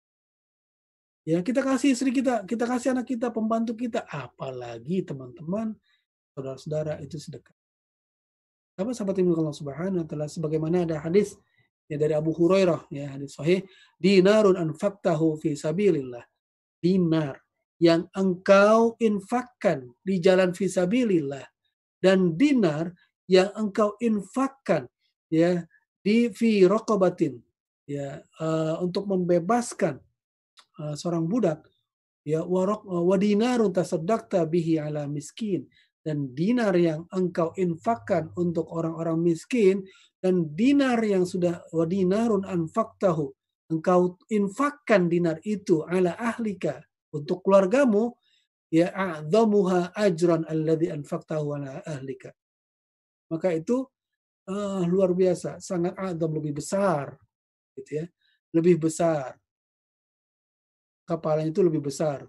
Ya, kita kasih istri kita, kita kasih anak kita, pembantu kita, apalagi teman-teman, saudara-saudara, itu sedekah. Apa sahabat yang Allah Subhanahu wa taala, sebagaimana ada hadis ya dari Abu Hurairah, ya hadis sahih, dinarun anfaqtahu fi sabilillah. Dinar yang engkau infakkan di jalan fisabilillah, dan dinar yang engkau infakkan ya di fi raqabatin, ya uh, untuk membebaskan uh, seorang budak, ya wa dinarun tasaddaqta bihi ala miskin, dan dinar yang engkau infakkan untuk orang-orang miskin, dan dinar yang sudah wa dinarun anfaqtahu, engkau infakkan dinar itu ala ahlika, untuk keluargamu, ya a'dhamuha ajran alladhi anfaqtahu ala ahlika. Maka itu uh, luar biasa, sangat a'dham, lebih besar, gitu ya, lebih besar, kepalanya itu lebih besar,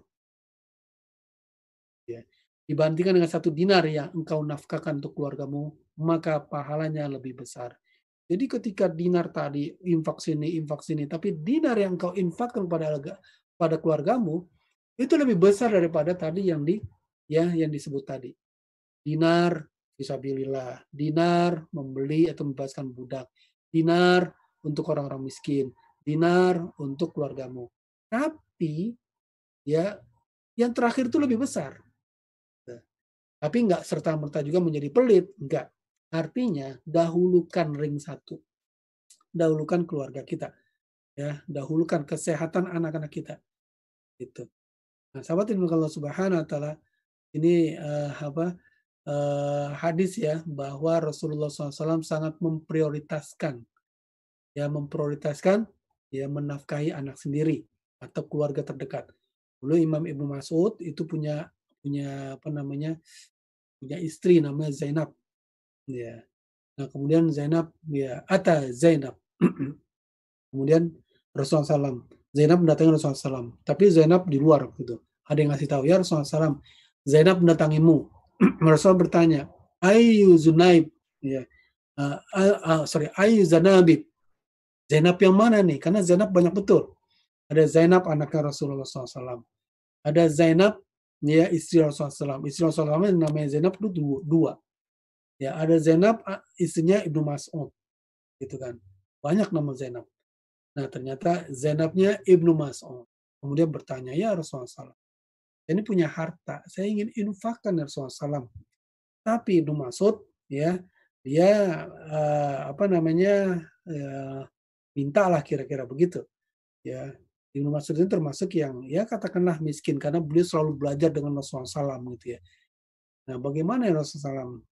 ya. Dibandingkan dengan satu dinar yang engkau nafkahkan untuk keluargamu, maka pahalanya lebih besar. Jadi ketika dinar tadi infak sini, infak sini, tapi dinar yang engkau infakkan pada pada keluargamu itu lebih besar daripada tadi yang di ya yang disebut tadi. Dinar fisabilillah, dinar membeli atau membebaskan budak, dinar untuk orang-orang miskin, dinar untuk keluargamu. Tapi ya yang terakhir itu lebih besar. Tapi enggak serta-merta juga menjadi pelit, enggak. Artinya dahulukan ring satu, dahulukan keluarga kita, ya, dahulukan kesehatan anak-anak kita, gitu. Nah, sahabat ilmu Allah Subhanahu wa taala, ini uh, apa uh, hadis ya bahwa Rasulullah shallallahu alaihi wasallam sangat memprioritaskan, ya memprioritaskan, ya menafkahi anak sendiri atau keluarga terdekat. Dulu Imam Ibnu Mas'ud itu punya punya apa namanya punya istri namanya Zainab, ya. Nah kemudian Zainab ya Ata Zainab, kemudian Rasulullah shallallahu alaihi wasallam, Zainab mendatangi Rasulullah shallallahu alaihi wasallam, tapi Zainab di luar gitu. Ada yang ngasih tahu, ya Rasulullah shallallahu alaihi wasallam, Zainab mendatangimu. Rasul bertanya, Ayu Zunaib, ya, uh, uh, uh, sorry, Ayu Zanabib, Zainab yang mana nih? Karena Zainab banyak betul. Ada Zainab anaknya Rasulullah shallallahu alaihi wasallam. Ada Zainab, ya istri Rasulullah shallallahu alaihi wasallam. Istri Rasulullah shallallahu alaihi wasallam namanya Zainab itu dua. Ya, ada Zainab istrinya Ibnu Mas'ud, gitu kan. Banyak nama Zainab. Nah, ternyata Zainabnya Ibnu Mas'ud. Kemudian bertanya, ya Rasulullah shallallahu alaihi wasallam, ini punya harta, saya ingin infakkan ya Rasulullah shallallahu alaihi wasallam. Tapi Ibnu Mas'ud, ya, dia uh, apa namanya uh, mintalah kira-kira begitu. Ya, Ibnu Mas'ud itu termasuk yang ya katakanlah miskin karena beliau selalu belajar dengan Rasulullah shallallahu alaihi wasallam gitu ya. Nah, bagaimana ya Rasulullah shallallahu alaihi wasallam?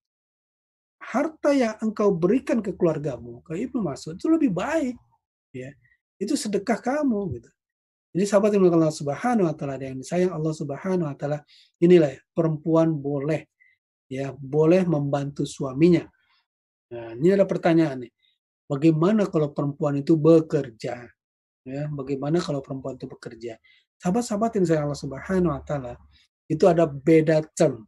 Harta yang engkau berikan ke keluargamu, ke Ibnu Mas'ud itu lebih baik, ya. Itu sedekah kamu gitu. Jadi sahabat yang Allah Subhanahu wa taala yang disayang Allah Subhanahu wa taala, inilah ya, perempuan boleh ya, boleh membantu suaminya. Nah, ini ada pertanyaan nih. Bagaimana kalau perempuan itu bekerja? Ya, bagaimana kalau perempuan itu bekerja? Sahabat-sahabat yang disayang Allah Subhanahu wa taala, itu ada beda term.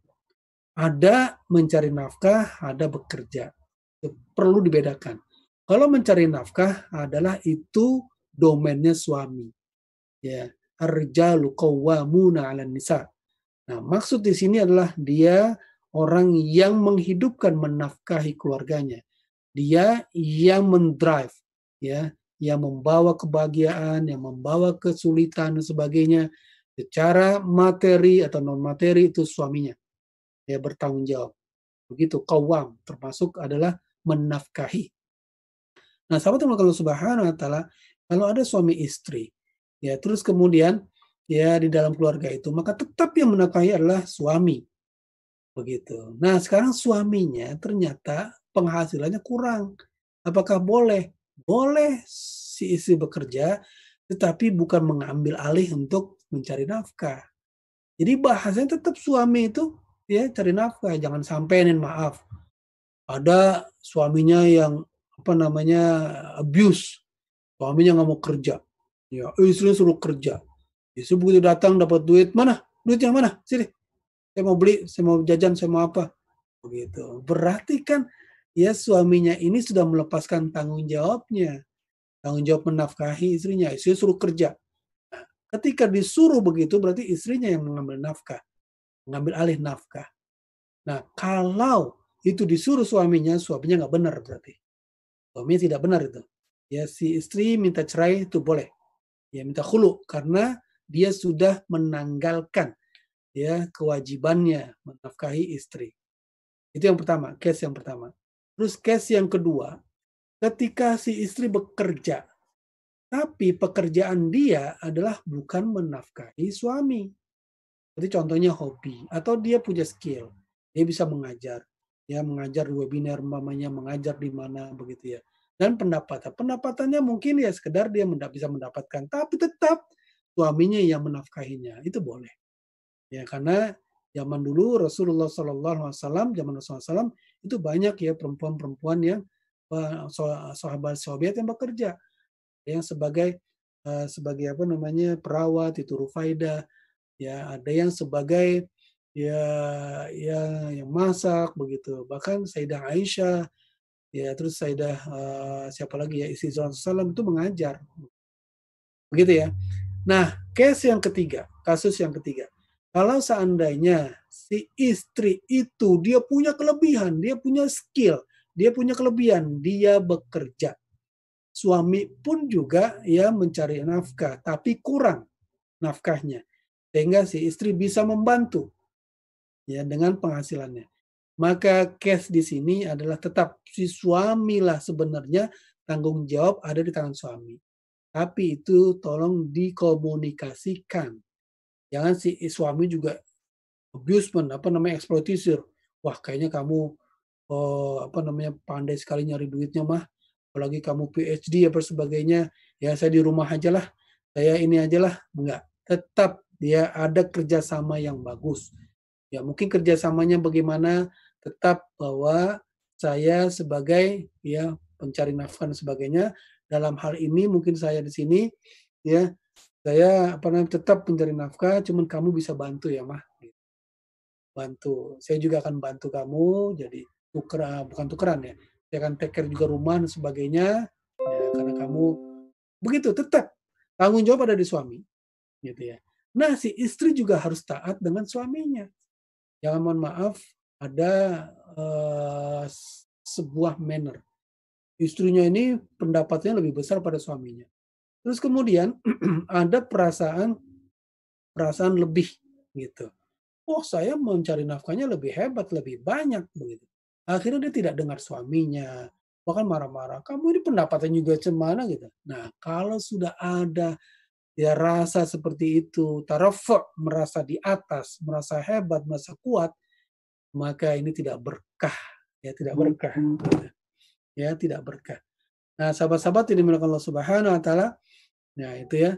Ada mencari nafkah, ada bekerja. Perlu dibedakan. Kalau mencari nafkah adalah itu domainnya suami. Ya, ar-rijalu qawwamuna 'alan nisa. Nah, maksud di sini adalah dia orang yang menghidupkan, menafkahi keluarganya. Dia yang mendrive, ya, yang membawa kebahagiaan, yang membawa kesulitan dan sebagainya. Secara materi atau non materi itu suaminya. Ya bertanggung jawab. Begitu qawwam termasuk adalah menafkahi. Nah, sahabat Allah Subhanahu wa taala, kalau ada suami istri, ya terus kemudian ya di dalam keluarga itu, maka tetap yang menafkahi adalah suami. Begitu. Nah, sekarang suaminya ternyata penghasilannya kurang. Apakah boleh? Boleh si istri bekerja, tetapi bukan mengambil alih untuk mencari nafkah. Jadi bahasanya tetap suami itu ya cari nafkah, jangan sampai nih maaf. Ada suaminya yang apa namanya abuse, suaminya nggak mau kerja, ya istrinya suruh kerja. Istri begitu datang dapat duit, mana? Duit yang mana? Sini, saya mau beli, saya mau jajan, saya mau apa? Begitu. Berarti kan ya suaminya ini sudah melepaskan tanggung jawabnya, tanggung jawab menafkahi istrinya. Istrinya suruh kerja. Nah, ketika disuruh begitu berarti istrinya yang mengambil nafkah, mengambil alih nafkah. Nah, kalau itu disuruh suaminya, suaminya nggak benar berarti. Suaminya tidak benar itu. Ya si istri minta cerai itu boleh. Ya minta khulu karena dia sudah menanggalkan ya kewajibannya menafkahi istri. Itu yang pertama, case yang pertama. Terus case yang kedua, ketika si istri bekerja, tapi pekerjaan dia adalah bukan menafkahi suami. Jadi contohnya hobi atau dia punya skill, dia bisa mengajar, ya mengajar di webinar, mamanya mengajar di mana begitu ya. Dan pendapatan, pendapatannya mungkin ya sekedar dia bisa mendapatkan, tapi tetap suaminya yang menafkahinya, itu boleh. Ya, karena zaman dulu Rasulullah Shallallahu Alaihi Wasallam, zaman Rasulullah Shallallahu Alaihi Wasallam itu banyak ya perempuan-perempuan yang eh, sahabat-sahabat yang bekerja, yang sebagai eh, sebagai apa namanya perawat itu Rufaidah, ya ada yang sebagai ya ya yang masak begitu. Bahkan Sayyidah Aisyah, ya terus Sayyidah eh, siapa lagi ya istri Rasulullah Shallallahu Alaihi Wasallam itu mengajar, begitu ya. Nah, case yang ketiga, kasus yang ketiga. Kalau seandainya si istri itu dia punya kelebihan, dia punya skill, dia punya kelebihan, dia bekerja. Suami pun juga ya mencari nafkah, tapi kurang nafkahnya. Sehingga si istri bisa membantu ya dengan penghasilannya. Maka case di sini adalah tetap si suami lah sebenarnya tanggung jawab ada di tangan suami. Tapi itu tolong dikomunikasikan. Jangan si suami juga abusement, apa namanya, eksploitasi. Wah, kayaknya kamu oh, apa namanya pandai sekali nyari duitnya mah. Apalagi kamu P H D apa sebagainya. Ya saya di rumah aja lah. Saya ini aja lah. Enggak. Tetap dia ada kerjasama yang bagus. Ya mungkin kerjasamanya bagaimana, tetap bahwa saya sebagai ya pencari nafkah dan sebagainya, dalam hal ini mungkin saya di sini ya saya apa namanya tetap pencari nafkah, cuman kamu bisa bantu ya mah, bantu. Saya juga akan bantu kamu, jadi tuker bukan tukeran ya, saya akan take care juga rumah dan sebagainya, ya karena kamu begitu tetap tanggung jawab ada di suami, gitu ya. Nah si istri juga harus taat dengan suaminya. Jangan mohon maaf, ada uh, sebuah manner. Istrinya ini pendapatnya lebih besar pada suaminya. Terus kemudian ada perasaan perasaan lebih gitu. Oh saya mencari nafkahnya lebih hebat, lebih banyak begitu. Akhirnya dia tidak dengar suaminya, bahkan marah-marah. Kamu ini pendapatnya juga cemana gitu. Nah kalau sudah ada ya rasa seperti itu, tarafuk, merasa di atas, merasa hebat, merasa kuat, maka ini tidak berkah, ya tidak berkah, ya tidak berkah. Nah, sahabat-sahabat yang dimuliakan Allah Subhanahu Wa Taala, nah itu ya.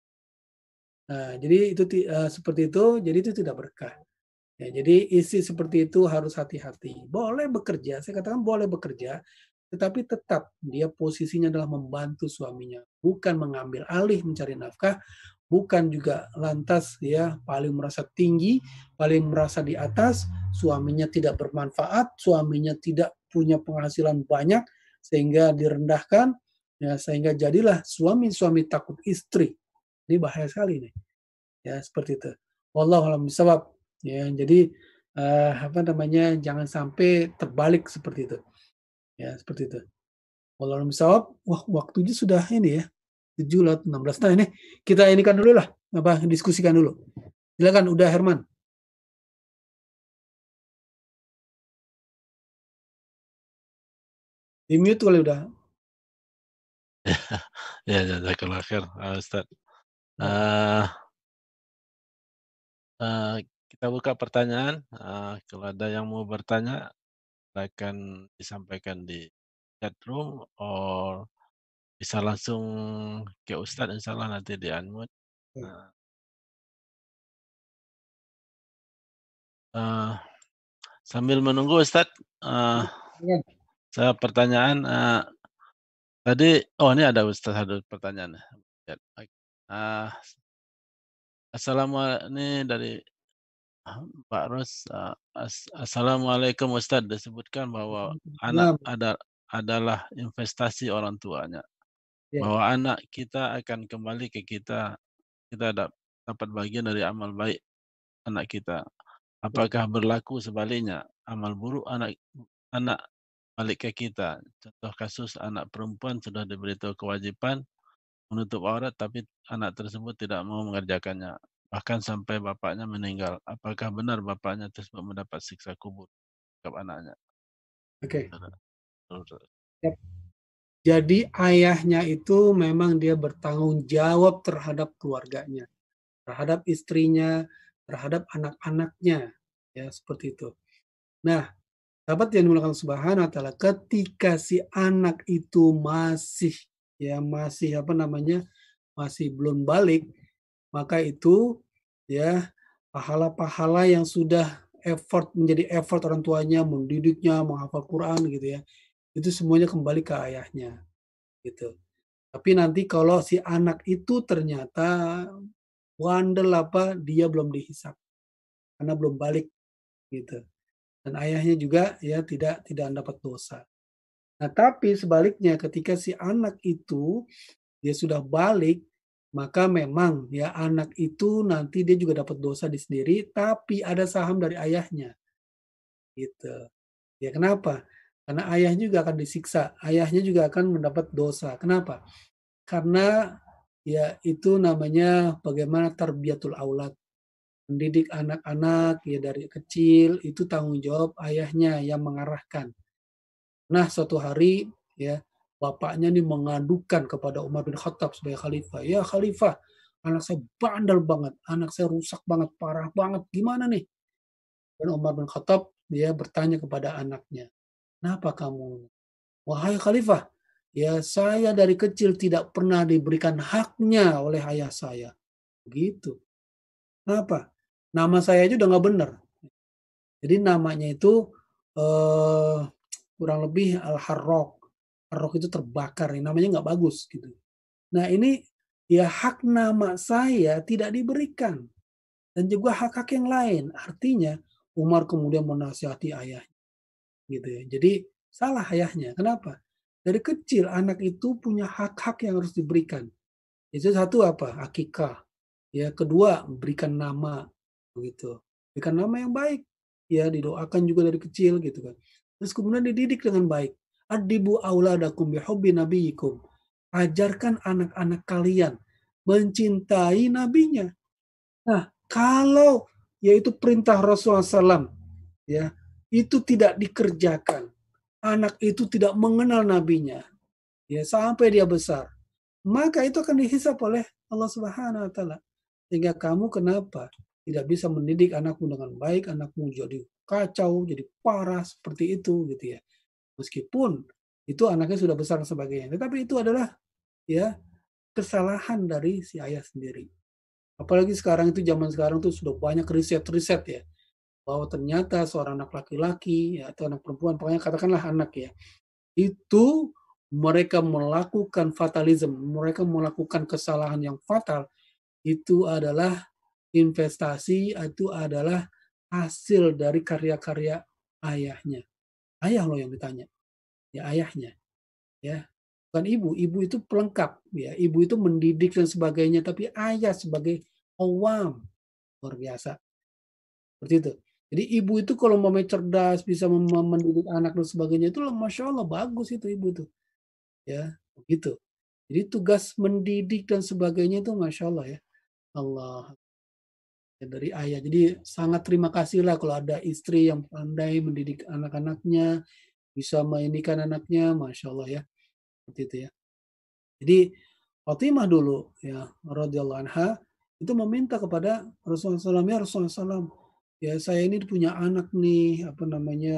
Nah, jadi itu uh, seperti itu, jadi itu tidak berkah. Ya, jadi isi seperti itu harus hati-hati. Boleh bekerja, saya katakan boleh bekerja, tetapi tetap dia posisinya adalah membantu suaminya, bukan mengambil alih mencari nafkah, bukan juga lantas ya paling merasa tinggi, paling merasa di atas, suaminya tidak bermanfaat, suaminya tidak punya penghasilan banyak sehingga direndahkan, ya sehingga jadilah suami-suami takut istri. Ini bahaya sekali nih. Ya seperti itu. Wallahu a'lam bishawab. Ya, jadi uh, apa namanya jangan sampai terbalik seperti itu. Ya, seperti itu. Wallahu a'lam bishawab. Wah, waktunya sudah ini ya. tujuh lewat enam belas. Nah, ini kita ini kan dulu lah, apa diskusikan dulu. Silakan udah Herman. Di mute kali udah. Ya, jazakallah khair, Ustaz. Uh, uh, kita buka pertanyaan. Uh, kalau ada yang mau bertanya, akan disampaikan di chat room, or bisa langsung ke Ustaz, insyaallah nanti di unmute. Uh, uh, sambil menunggu Ustaz, uh, saya pertanyaan uh, tadi, oh ini ada Ustaz ada pertanyaan. Uh, Assalamualaikum, ini dari Pak Ros. Uh, as, Assalamualaikum Ustaz, disebutkan bahwa anak ada, adalah investasi orang tuanya. Yeah. Bahwa anak kita akan kembali ke kita, kita dapat bagian dari amal baik anak kita. Apakah berlaku sebaliknya, amal buruk anak anak balik ke kita? Contoh kasus anak perempuan sudah diberitahu kewajiban menutup aurat, tapi anak tersebut tidak mau mengerjakannya, bahkan sampai bapaknya meninggal. Apakah benar bapaknya tersebut mendapat siksa kubur terhadap anaknya? Oke. Okay. Jadi ayahnya itu memang dia bertanggung jawab terhadap keluarganya, terhadap istrinya, terhadap anak-anaknya, ya seperti itu. Nah, sahabat yang dimuliakan Subhanahu Wa Taala, ketika si anak itu masih ya masih apa namanya masih belum balik, maka itu ya pahala-pahala yang sudah effort menjadi effort orang tuanya mendidiknya, menghafal Quran gitu ya, itu semuanya kembali ke ayahnya, gitu. Tapi nanti kalau si anak itu ternyata bandel apa, dia belum dihisab, karena belum balik gitu. Dan ayahnya juga ya tidak tidak mendapat dosa. Nah, tapi sebaliknya ketika si anak itu dia sudah balik, maka memang ya anak itu nanti dia juga dapat dosa di sendiri, tapi ada saham dari ayahnya, gitu. Ya kenapa? Karena ayahnya juga akan disiksa, ayahnya juga akan mendapat dosa. Kenapa? Karena ya itu namanya bagaimana tarbiyatul aulad. Mendidik anak-anak ya dari kecil itu tanggung jawab ayahnya yang mengarahkan. Nah, suatu hari ya bapaknya nih mengadukan kepada Umar bin Khattab sebagai khalifah. "Ya khalifah, anak saya bandel banget, anak saya rusak banget, parah banget. Gimana nih?" Dan Umar bin Khattab dia bertanya kepada anaknya, "Kenapa kamu?" "Wahai khalifah, ya saya dari kecil tidak pernah diberikan haknya oleh ayah saya." Begitu. Kenapa? Nama saya aja udah nggak bener. Jadi namanya itu eh, kurang lebih Al-Harraq. Harraq itu terbakar, ya, namanya nggak bagus gitu. Nah ini ya hak nama saya tidak diberikan dan juga hak-hak yang lain. Artinya Umar kemudian menasihati ayahnya gitu ya. Jadi salah ayahnya. Kenapa? Dari kecil anak itu punya hak-hak yang harus diberikan. Itu satu apa? Akikah. Ya, kedua berikan nama begitu. Berikan nama yang baik. Ya, didoakan juga dari kecil gitu kan. Terus kemudian dididik dengan baik. Adibu auladakum bihubbi nabiyikum. Ajarkan anak-anak kalian mencintai nabinya. Nah, kalau yaitu perintah Rasulullah sallallahu alaihi wasallam ya, itu tidak dikerjakan. Anak itu tidak mengenal nabinya ya sampai dia besar. Maka itu akan dihisap oleh Allah Subhanahu wa taala. Sehingga kamu kenapa tidak bisa mendidik anakmu dengan baik, anakmu jadi kacau, jadi parah seperti itu gitu ya. Meskipun itu anaknya sudah besar dan sebagainya. Tetapi itu adalah ya kesalahan dari si ayah sendiri. Apalagi sekarang itu zaman sekarang tuh sudah banyak riset-riset ya bahwa ternyata seorang anak laki-laki ya, atau anak perempuan, pokoknya katakanlah anak ya, itu mereka melakukan fatalism, mereka melakukan kesalahan yang fatal, itu adalah investasi, itu adalah hasil dari karya-karya ayahnya. Ayah loh yang ditanya, ya ayahnya, ya bukan ibu. Ibu itu pelengkap, ya ibu itu mendidik dan sebagainya, tapi ayah sebagai awam luar biasa seperti itu. Jadi ibu itu kalau mau cerdas, bisa mendidik anak dan sebagainya itu, masya Allah bagus itu ibu itu, ya begitu. Jadi tugas mendidik dan sebagainya itu masya Allah ya Allah ya, dari ayah. Jadi sangat terima kasihlah kalau ada istri yang pandai mendidik anak-anaknya, bisa mendidikan anaknya, masya Allah ya seperti itu ya. Jadi Fatimah dulu ya radhiyallahu anha itu meminta kepada Rasulullah sallallahu alaihi wasallam, ya Rasulullah sallallahu alaihi wasallam, ya saya ini punya anak nih apa namanya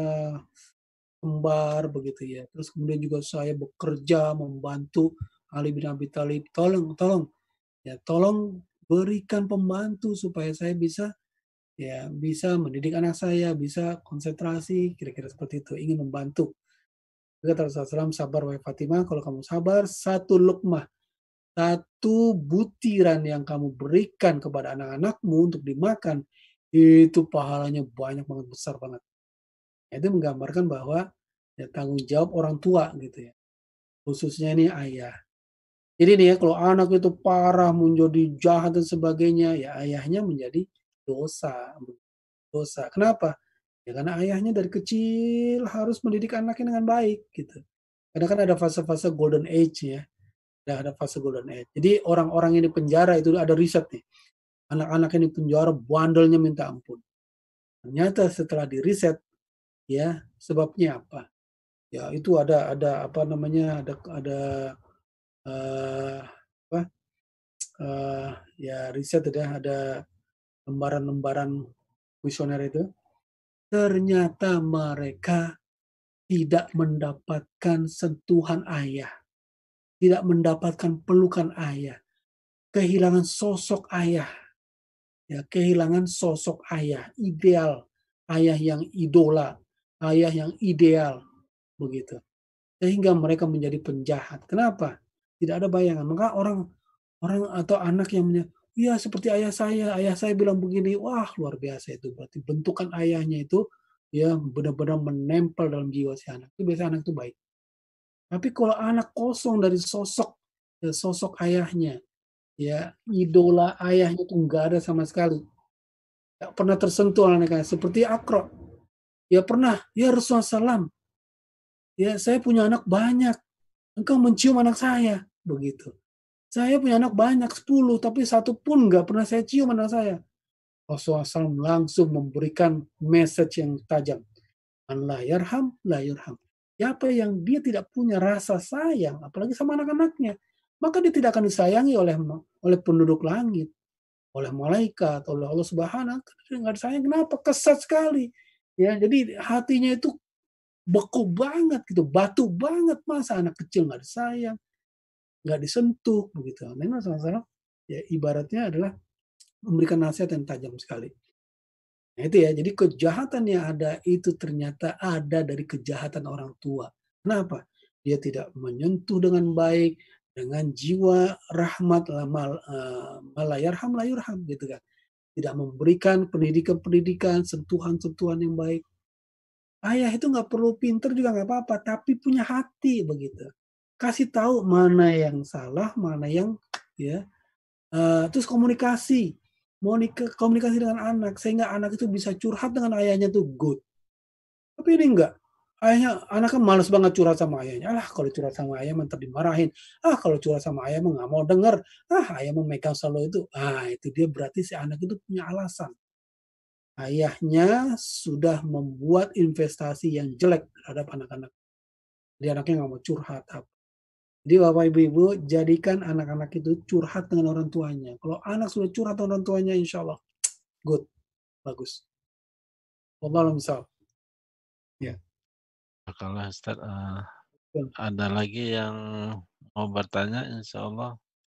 kembar begitu ya. Terus kemudian juga saya bekerja membantu Ali bin Abi Thalib. Tolong, tolong, ya tolong berikan pembantu supaya saya bisa ya bisa mendidik anak saya, bisa konsentrasi, kira-kira seperti itu. Ingin membantu. Kata Rasulullah sallallahu alaihi wasallam, sabar wahai Fatimah, kalau kamu sabar, satu lukmah, satu butiran yang kamu berikan kepada anak-anakmu untuk dimakan, itu pahalanya banyak banget, besar banget. Itu menggambarkan bahwa ya tanggung jawab orang tua gitu ya, khususnya ini ayah. Jadi nih ya kalau anak itu parah menjadi jahat dan sebagainya, ya ayahnya menjadi dosa, dosa. Kenapa? Ya karena ayahnya dari kecil harus mendidik anaknya dengan baik gitu. Karena kan ada fase-fase golden age ya, ada fase golden age. Jadi orang-orang ini penjara itu ada riset nih, anak-anak ini penjara bandelnya minta ampun. Ternyata setelah diriset ya sebabnya apa? Ya itu ada ada apa namanya, ada ada, eee, apa, eee, ya riset ada ada lembaran-lembaran kuesioner itu, ternyata mereka tidak mendapatkan sentuhan ayah, tidak mendapatkan pelukan ayah. kehilangan sosok ayah. Ya, kehilangan sosok ayah, ideal, ayah yang idola, ayah yang ideal, begitu. Sehingga mereka menjadi penjahat. Kenapa? Tidak ada bayangan. Maka orang orang atau anak yang punya, "Iya seperti ayah saya, ayah saya bilang begini." Wah, luar biasa itu. Berarti bentukan ayahnya itu ya benar-benar menempel dalam jiwa si anak. Itu biasanya anak itu baik. Tapi kalau anak kosong dari sosok ya, sosok ayahnya, ya idola ayahnya itu nggak ada sama sekali. Nggak pernah tersentuh oleh anaknya. Seperti Akro. Ya pernah, ya Rasulullah salam, ya saya punya anak banyak, engkau mencium anak saya, begitu. Saya punya anak banyak, sepuluh, tapi satu pun nggak pernah saya cium anak saya. Rasulullah shallallahu alaihi wasallam langsung memberikan message yang tajam. Man la yarham, la yurham. Siapa yang dia tidak punya rasa sayang, apalagi sama anak-anaknya, maka dia tidak akan disayangi oleh oleh penduduk langit, oleh malaikat, oleh Allah Subhanahu wa taala. Nggak disayang, kenapa? Kesat sekali. Ya, jadi hatinya itu beku banget gitu, batu banget, masa anak kecil nggak disayang, nggak disentuh begitu. Memang sama-sama ya ibaratnya adalah memberikan nasihat yang tajam sekali. Nah itu ya, jadi kejahatan yang ada itu ternyata ada dari kejahatan orang tua. Kenapa? Dia tidak menyentuh dengan baik, dengan jiwa rahmat, mal, uh, malayarham layurham gitu kan. Tidak memberikan pendidikan-pendidikan, sentuhan-sentuhan yang baik. Ayah itu nggak perlu pinter juga nggak apa-apa, tapi punya hati begitu. Kasih tahu mana yang salah, mana yang ya, eee, terus komunikasi, monika komunikasi dengan anak, sehingga anak itu bisa curhat dengan ayahnya tuh good. Tapi ini enggak, ayahnya anak kan males banget curhat sama ayahnya, "Alah kalau curhat sama ayah mah entar dimarahin, ah kalau curhat sama ayah mah nggak mau denger, ah ayah mah megang selalu itu." Ah itu dia berarti si anak itu punya alasan. Ayahnya sudah membuat investasi yang jelek terhadap anak-anak. Jadi anaknya nggak mau curhat. Jadi Bapak Ibu-Ibu, jadikan anak-anak itu curhat dengan orang tuanya. Kalau anak sudah curhat dengan orang tuanya, insya Allah good, bagus. Wallahualam bishawab. Ya, Kalau Ustaz, eee, betul. ada lagi yang mau bertanya, insya Allah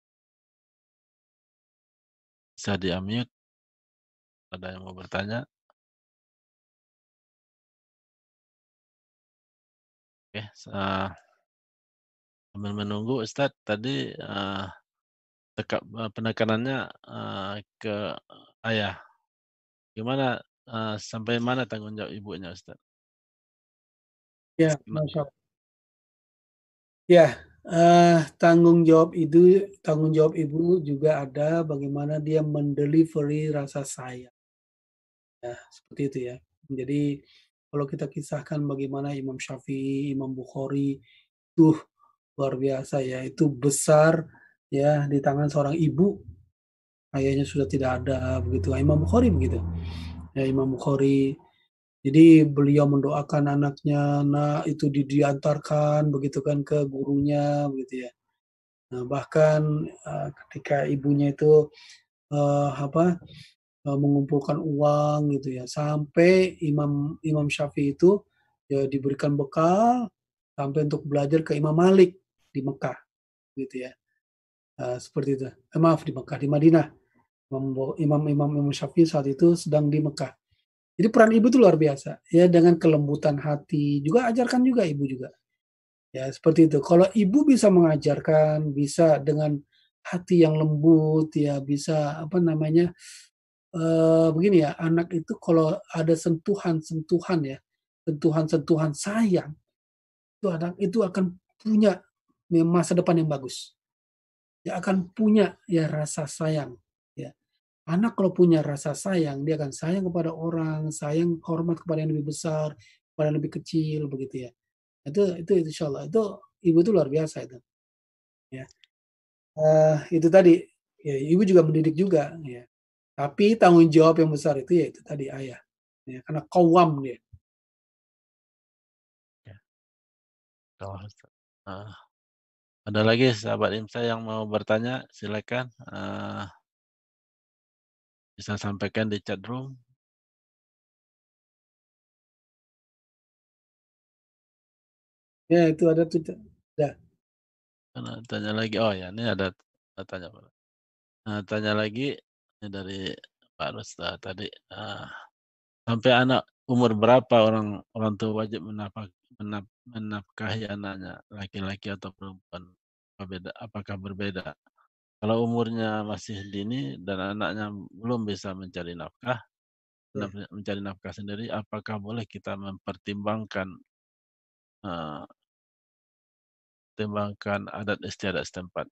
bisa di-unmute. Ada yang mau bertanya? Oke, eee, sambil menunggu Ustaz, tadi, eee, teka eee, penekanannya, eee, ke ayah. Gimana, eee, sampai mana tanggung jawab ibunya Ustaz? Ya, masya Allah. Ya, eh, tanggung jawab itu, tanggung jawab ibu juga ada bagaimana dia mendelivery rasa sayang. Ya, seperti itu ya. Jadi kalau kita kisahkan bagaimana Imam Syafi'i, Imam Bukhari, tuh luar biasa ya, itu besar ya di tangan seorang ibu, ayahnya sudah tidak ada begitu. Imam Bukhari begitu. Ya Imam Bukhari. Jadi beliau mendoakan anaknya, nah itu di, diantarkan begitu kan ke gurunya begitu ya. Nah, bahkan uh, ketika ibunya itu uh, apa uh, mengumpulkan uang gitu ya, sampai Imam Imam Syafi'i itu ya diberikan bekal sampai untuk belajar ke Imam Malik di Mekah gitu ya. Uh, seperti itu. Eh, maaf di Mekah, di Madinah. Imam Imam Imam Imam Syafi'i saat itu sedang di Mekah. Jadi peran ibu itu luar biasa ya, dengan kelembutan hati. Juga ajarkan juga ibu juga. Ya seperti itu. Kalau ibu bisa mengajarkan, bisa dengan hati yang lembut ya, bisa apa namanya, eee, begini ya, anak itu kalau ada sentuhan-sentuhan ya, sentuhan-sentuhan sayang, itu anak itu akan punya ya masa depan yang bagus. Dia akan punya ya rasa sayang, ya. Anak kalau punya rasa sayang, dia akan sayang kepada orang, sayang hormat kepada yang lebih besar, kepada yang lebih kecil, begitu ya. Itu itu insyaallah, itu ibu itu luar biasa itu, ya. Eee, itu tadi, ya ibu juga mendidik juga, ya. Tapi tanggung jawab yang besar itu ya itu tadi ayah, ya karena qawwam dia. Ya, kalau Ustaz. Heeh. Ada lagi sahabat IMSA yang mau bertanya, silakan, eee, bisa sampaikan di chat room. Ya itu ada tuh, ada. Tanya lagi, oh ya ini ada ada tanya, Pak. Nah, tanya lagi dari Pak Rusta tadi, eee, sampai anak umur berapa orang orang tua wajib menafak menaf menafkahi anaknya, laki-laki atau perempuan? Apa beda apakah berbeda? Kalau umurnya masih dini dan anaknya belum bisa mencari nafkah, Ya, naf mencari nafkah sendiri, apakah boleh kita mempertimbangkan, eee, pertimbangkan adat istiadat setempat?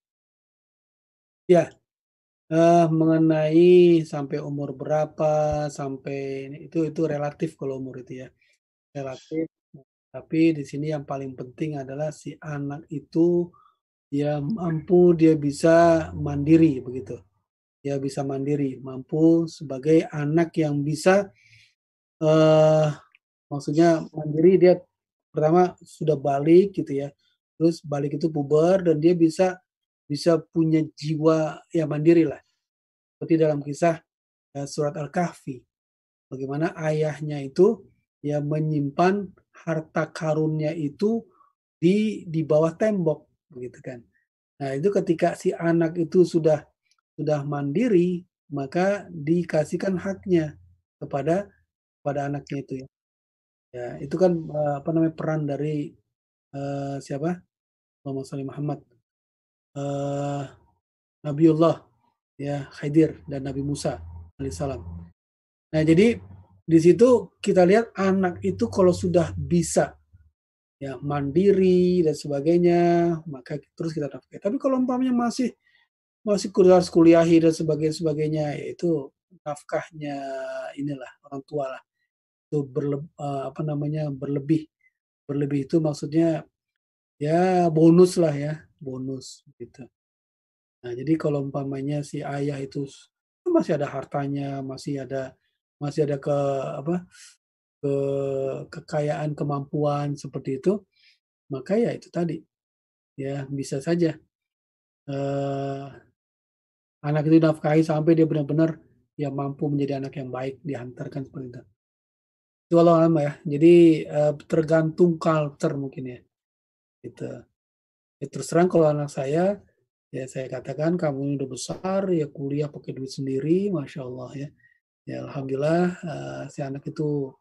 ya, eee, mengenai sampai umur berapa, sampai itu itu relatif kalau umur itu ya, relatif. Tapi di sini yang paling penting adalah si anak itu ya mampu dia bisa mandiri begitu, dia bisa mandiri, mampu sebagai anak yang bisa, eee, maksudnya mandiri dia pertama sudah balik gitu ya, terus balik itu puber dan dia bisa bisa punya jiwa ya mandirilah. Seperti dalam kisah, eee, surat Al-Kahfi, bagaimana ayahnya itu ya menyimpan harta karunnya itu di di bawah tembok begitu kan. Nah, itu ketika si anak itu sudah sudah mandiri, maka dikasihkan haknya kepada kepada anaknya itu ya. Ya, itu kan, eee, apa namanya, peran dari, eee, siapa, Allahumma shalli Muhammad, eee, Nabiullah ya, Khidir dan Nabi Musa alaihissalam. Nah, jadi di situ kita lihat anak itu kalau sudah bisa ya mandiri dan sebagainya, maka terus kita nafkahi. Tapi kalau umpamanya masih masih kuliah harus kuliahi dan sebagainya sebagainya, ya itu nafkahnya inilah orang tua lah, itu berleb eee, apa namanya, berlebih. Berlebih itu maksudnya ya bonus lah ya, bonus gitu. Nah, jadi kalau umpamanya si ayah itu s masih ada hartanya, masih ada masih ada ke apa, ke kekayaan, kemampuan seperti itu, maka ya itu tadi, ya bisa saja, eee, anak itu dinafkahi sampai dia benar-benar ya mampu menjadi anak yang baik, dihantarkan seperti itu. Itu walau alam ya. Jadi, eee, tergantung culture mungkin ya, gitu. Ya terus terang kalau anak saya, ya saya katakan, "Kamu ini udah besar, ya kuliah pakai duit sendiri, masya Allah ya." Ya alhamdulillah, eee, si anak itu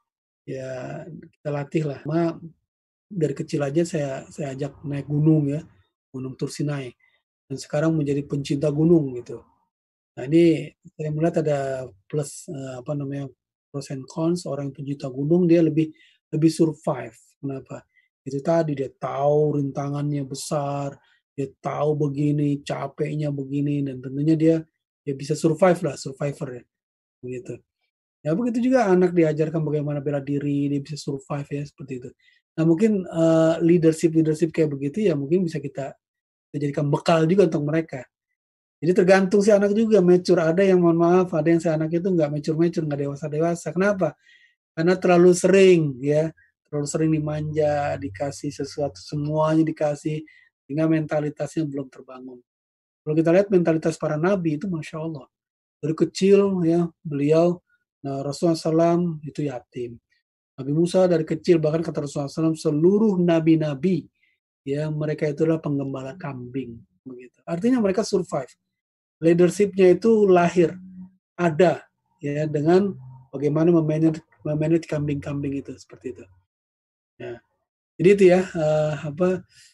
ya kita latih lah. Ma dari kecil aja saya saya ajak naik gunung ya, Gunung Tursinai, dan sekarang menjadi pencinta gunung gitu. Nah ini saya melihat ada plus, eee, apa namanya, pros and cons orang yang pencinta gunung dia lebih lebih survive. Kenapa? Itu tadi dia tahu rintangannya besar, dia tahu begini, capeknya begini, dan tentunya dia dia bisa survive lah, survivor ya, begitu. Ya begitu juga anak diajarkan bagaimana bela diri, dia bisa survive ya, seperti itu. Nah mungkin, eee, leadership-leadership kayak begitu ya mungkin bisa kita kita jadikan bekal juga untuk mereka. Jadi tergantung si anak juga mature, ada yang mohon maaf, ada yang si anak itu nggak mature-mature, nggak dewasa-dewasa. Kenapa? Karena terlalu sering ya, terlalu sering dimanja, dikasih sesuatu, semuanya dikasih, sehingga mentalitasnya belum terbangun. Kalau kita lihat mentalitas para nabi itu Masya Allah, dari kecil ya beliau, nah Rasulullah shallallahu alaihi wasallam itu yatim. Nabi Musa dari kecil, bahkan kata Rasulullah shallallahu alaihi wasallam seluruh nabi-nabi ya mereka itulah penggembala kambing, begitu. Artinya mereka survive. Leadership-nya itu lahir, ada, ya dengan bagaimana me-manage me-manage kambing-kambing itu, seperti itu. Ya, jadi itu ya, eee, apa,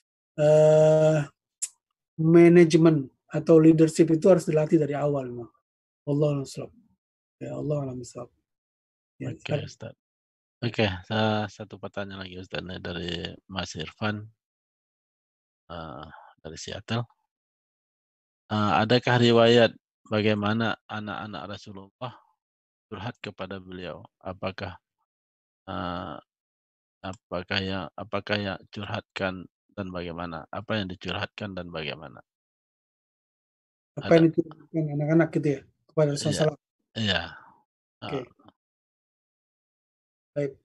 eee, manajemen atau leadership itu harus dilatih dari awal memang. Wallahu a'lam bishawab. Ya, Allah a'lam bishawab. Ya, Oke, silakan. Ustaz. Oke, eee, satu pertanyaan lagi Ustaz nih dari Mas Irfan, eee, dari Seattle. Eee, adakah riwayat bagaimana anak-anak Rasulullah curhat kepada beliau? Apakah, eee, apakah yang apakah yang curhatkan dan bagaimana? Apa yang dicurhatkan dan bagaimana? Apa Ada yang ditujukan anak-anak gitu ya, kepada iya Rasulullah. iya, heeh, Oke, baik.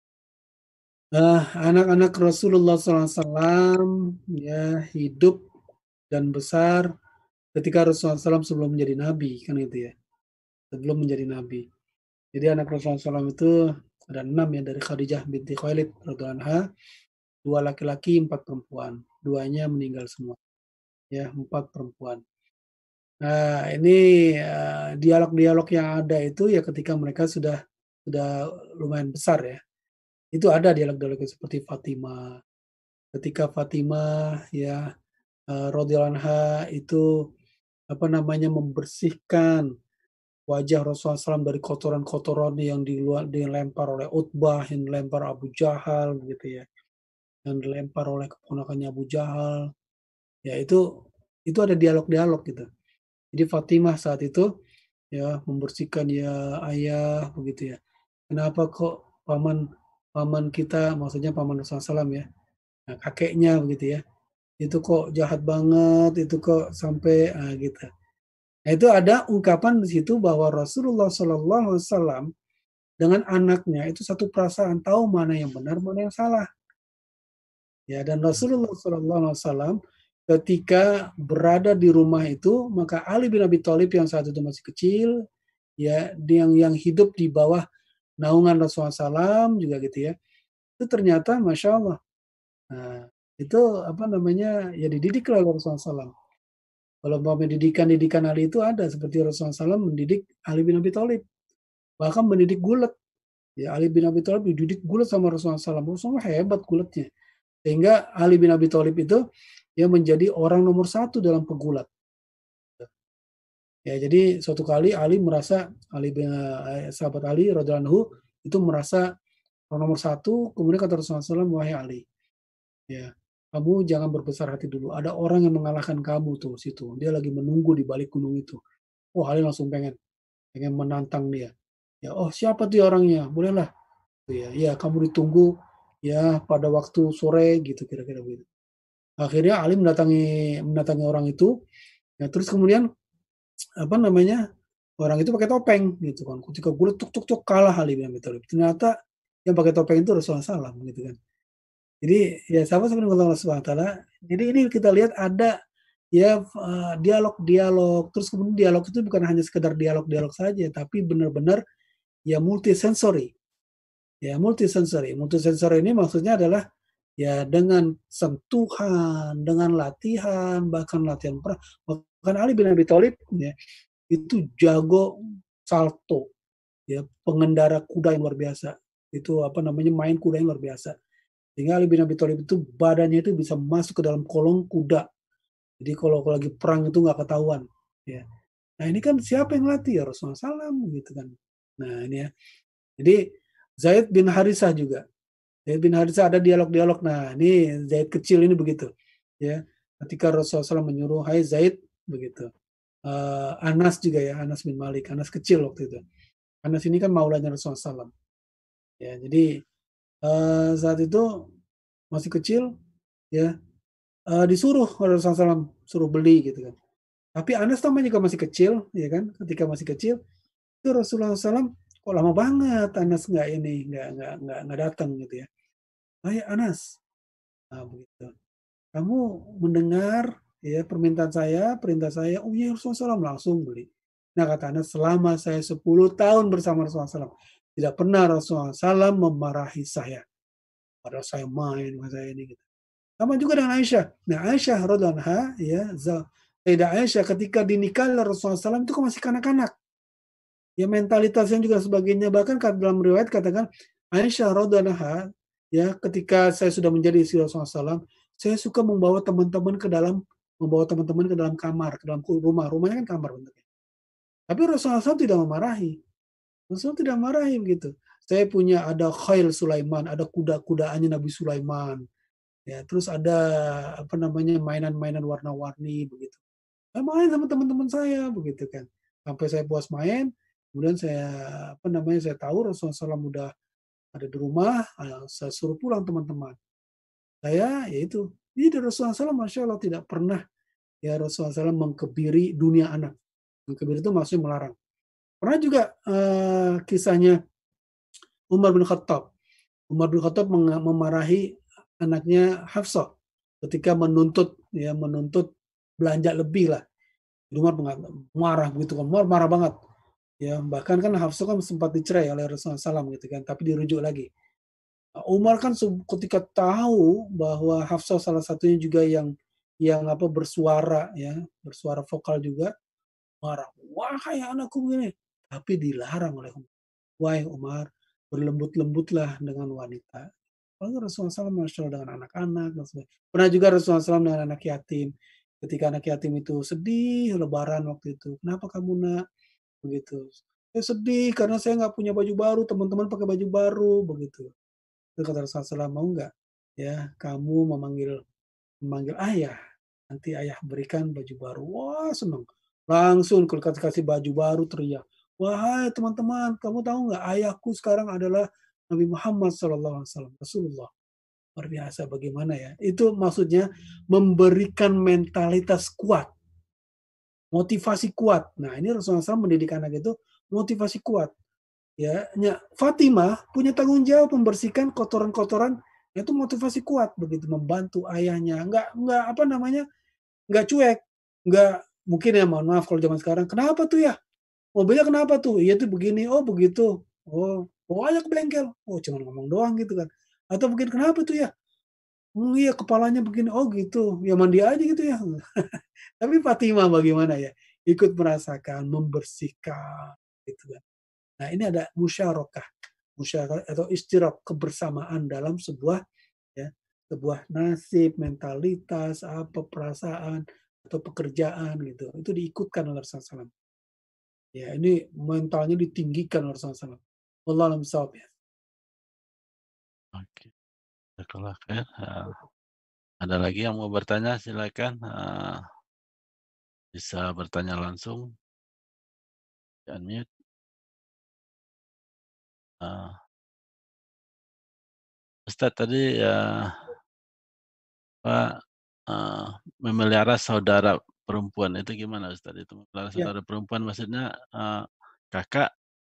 Eee, anak-anak Rasulullah shallallahu alaihi wasallam ya hidup dan besar ketika Rasulullah shallallahu alaihi wasallam sebelum menjadi nabi, kan itu ya, sebelum menjadi nabi. Jadi anak Rasulullah shallallahu alaihi wasallam itu ada enam ya, dari Khadijah binti Khuwailid radhiyallahu anha, dua laki-laki, empat perempuan. Duanya meninggal semua, ya empat perempuan. Nah, ini, eee, dialog-dialog yang ada itu ya ketika mereka sudah sudah lumayan besar ya. Itu ada dialog-dialognya seperti Fatimah. Ketika Fatimah ya, eee, radhiyallahu anha itu, apa namanya, membersihkan wajah Rasulullah shallallahu alaihi wasallam dari kotoran-kotoran yang dilua dilempar oleh Utbah, yang dilempar Abu Jahal gitu ya, yang dilempar oleh keponakannya Abu Jahal. Ya itu itu ada dialog-dialog gitu. Jadi Fatimah saat itu ya membersihkan, "Ya ayah," begitu ya, "kenapa kok paman paman kita," maksudnya paman Rasulullah shallallahu alaihi wasallam ya, nah kakeknya begitu ya, "itu kok jahat banget, itu kok sampai," ah, gitu. Nah itu ada ungkapan di situ bahwa Rasulullah shallallahu alaihi wasallam dengan anaknya itu satu perasaan, tahu mana yang benar, mana yang salah. Ya, dan Rasulullah shallallahu alaihi wasallam ketika berada di rumah itu, maka Ali bin Abi Thalib yang saat itu masih kecil, ya, yang yang hidup di bawah naungan Rasulullah shallallahu alaihi wasallam juga gitu ya, itu ternyata Masya Allah, nah, itu apa namanya, ya dididiklah oleh Rasulullah shallallahu alaihi wasallam. Kalau umpamanya didikan-didikan Ali itu ada, seperti Rasulullah shallallahu alaihi wasallam mendidik Ali bin Abi Thalib, bahkan mendidik gulat. Ya, Ali bin Abi Thalib dididik gulat sama Rasulullah shallallahu alaihi wasallam, Rasulullah hebat gulatnya. Sehingga Ali bin Abi Thalib itu, ya menjadi orang nomor satu dalam pegulat. Ya, jadi suatu kali Ali merasa, Ali bin eee, sahabat Ali radhiyallahu anhu, itu merasa orang nomor satu, kemudian kata Rasulullah shallallahu alaihi wasallam, "Wahai Ali, ya, kamu jangan berbesar hati dulu, ada orang yang mengalahkan kamu tuh situ, dia lagi menunggu di balik gunung itu." Wah, Ali langsung pengen pengen menantang dia. Ya, "Oh, siapa tuh orangnya? Bolehlah." Ya, "Ya, kamu ditunggu ya pada waktu sore," gitu kira-kira begitu. Akhirnya Ali mendatangi mendatangi orang itu, ya terus kemudian apa namanya, orang itu pakai topeng gitu kan. Ketika gulet tuk tuk tuk kalah Ali bin Abi Thalib. Ternyata yang pakai topeng itu Rasulullah shallallahu alaihi wasallam gitu kan. Jadi ya sama seperti kata Allah Subhanahu wa taala. Jadi ini kita lihat ada ya eee, dialog-dialog, terus kemudian dialog itu bukan hanya sekedar dialog-dialog saja, tapi benar-benar ya multisensori. Ya multisensori. Multisensori ini maksudnya adalah ya dengan sentuhan, dengan latihan, bahkan latihan perang. Bahkan Ali bin Abi Thalib ya, itu jago salto, ya pengendara kuda yang luar biasa. Itu apa namanya, main kuda yang luar biasa. Sehingga Ali bin Abi Thalib itu badannya itu bisa masuk ke dalam kolong kuda. Jadi kalau kalau lagi perang itu nggak ketahuan, ya. Nah ini kan siapa yang latih? Ya Rasulullah shallallahu alaihi wasallam gitu kan. Nah ini ya. Jadi Zaid bin Harisah juga. Zaid bin Harisah ada dialog-dialog. Nah, ini Zaid kecil ini begitu, ya. Ketika Rasulullah shallallahu alaihi wasallam menyuruh, "Hai Zaid," begitu. Eee, Anas juga ya, Anas bin Malik, Anas kecil waktu itu. Anas ini kan maulanya Rasulullah shallallahu alaihi wasallam. Ya, jadi, eee, saat itu masih kecil, ya, eee, disuruh oleh Rasulullah shallallahu alaihi wasallam, suruh beli gitu kan. Tapi Anas namanya juga masih kecil, ya kan, ketika masih kecil, itu Rasulullah shallallahu alaihi wasallam, kok lama banget Anas nggak ini, nggak nggak nggak nggak datang gitu ya. "Hai Anas," nah begitu. "Kamu mendengar ya permintaan saya, perintah saya?" "Oh iya Rasulullah shallallahu alaihi wasallam," langsung beli. Nah kata Anas, "Selama saya sepuluh tahun bersama Rasulullah shallallahu alaihi wasallam, tidak pernah Rasulullah shallallahu alaihi wasallam memarahi saya. Padahal saya main, saya ini," gitu. Sama juga dengan Aisyah. Nah Aisyah radhiyallahu anha ya, za Sayyidah Aisyah ketika dinikahi oleh Rasulullah shallallahu alaihi wasallam itu kan masih kanak-kanak. Ya mentalitasnya juga sebagainya, bahkan dalam riwayat katakan Aisyah radhiyallahu anha, ya ketika saya sudah menjadi istri Rasulullah shallallahu alaihi wasallam, saya suka membawa teman-teman ke dalam membawa teman-teman ke dalam kamar, ke dalam rumah. Rumahnya kan kamar bentuknya. Tapi Rasulullah shallallahu alaihi wasallam tidak memarahi. Rasulullah tidak marahi begitu. Saya punya ada khail Sulaiman, ada kuda-kudaannya Nabi Sulaiman. Ya, terus ada apa namanya mainan-mainan warna-warni begitu. Saya main sama teman-teman saya begitu kan. Sampai saya puas main, kemudian saya apa namanya saya tahu Rasulullah shallallahu alaihi wasallam udah ada di rumah, eee, saya suruh pulang teman-teman. Saya ya itu, ini dari Rasulullah shallallahu alaihi wasallam Masya Allah tidak pernah ya Rasulullah shallallahu alaihi wasallam mengkebiri dunia anak. Mengkebiri itu maksudnya melarang. Pernah juga, eee, kisahnya Umar bin Khattab. Umar bin Khattab menga memarahi anaknya Hafsah ketika menuntut ya, menuntut belanja lebih lah. Umar menga marah begitu kan, Umar marah banget. Ya, bahkan kan Hafsah kan sempat dicerai oleh Rasulullah shallallahu alaihi wasallam gitu kan, tapi dirujuk lagi. Nah, Umar kan sub ketika tahu bahwa Hafsah salah satunya juga yang yang apa, bersuara ya, bersuara vokal juga, marah, "Wahai anakku begini," tapi dilarang oleh Umar. "Wahai Umar, berlembut-lembutlah dengan wanita." Lalu Rasulullah shallallahu alaihi wasallam masya Allah dengan anak-anak dan sebagainya. Pernah juga Rasulullah shallallahu alaihi wasallam dengan anak yatim. Ketika anak yatim itu sedih lebaran waktu itu, "Kenapa kamu Nak?" Begitu. "Saya sedih karena saya nggak punya baju baru, teman-teman pakai baju baru," begitu. Terus kata Rasulullah shallallahu alaihi wasallam, "Mau nggak ya kamu memanggil memanggil ayah, nanti ayah berikan baju baru." Wah senang. Langsung kalau kasih kasih baju baru teriak, "Wahai teman-teman, kamu tahu nggak ayahku sekarang adalah Nabi Muhammad shallallahu alaihi wasallam, Rasulullah." Luar biasa bagaimana ya. Itu maksudnya memberikan mentalitas kuat, motivasi kuat. Nah ini Rasulullah shallallahu alaihi wasallam mendidik anak itu motivasi kuat. Ya, nya Fatimah punya tanggung jawab membersihkan kotoran-kotoran, itu motivasi kuat begitu membantu ayahnya, nggak nggak apa namanya, nggak cuek, nggak mungkin ya mohon maaf kalau zaman sekarang, "Kenapa tuh ya? Mobilnya kenapa tuh?" "Iya tuh begini." "Oh begitu." "Oh, bawa aja ke bengkel." Oh cuman ngomong doang gitu kan. Atau mungkin, "Kenapa tuh ya?" "Oh iya kepalanya begini." "Oh gitu, ya mandi aja gitu ya." Tapi Fatimah bagaimana ya, ikut merasakan, membersihkan gitu kan. Nah ini ada musyarakah, musyarakah atau istirak kebersamaan dalam sebuah ya, sebuah nasib, mentalitas, apa, perasaan, atau pekerjaan gitu, itu diikutkan oleh Rasulullah shallallahu alaihi wasallam. Ya ini mentalnya ditinggikan oleh Rasulullah shallallahu alaihi wasallam. Wallahu a'lam bishawab ya. Oke, jazakallah khair. Eee, ada lagi yang mau bertanya silakan, eee, bisa bertanya langsung. Di-unmute. Eee Ustaz tadi, eee Pak, eee, memelihara saudara perempuan itu gimana Ustaz? Itu memelihara Ya, saudara perempuan maksudnya, eee, kakak,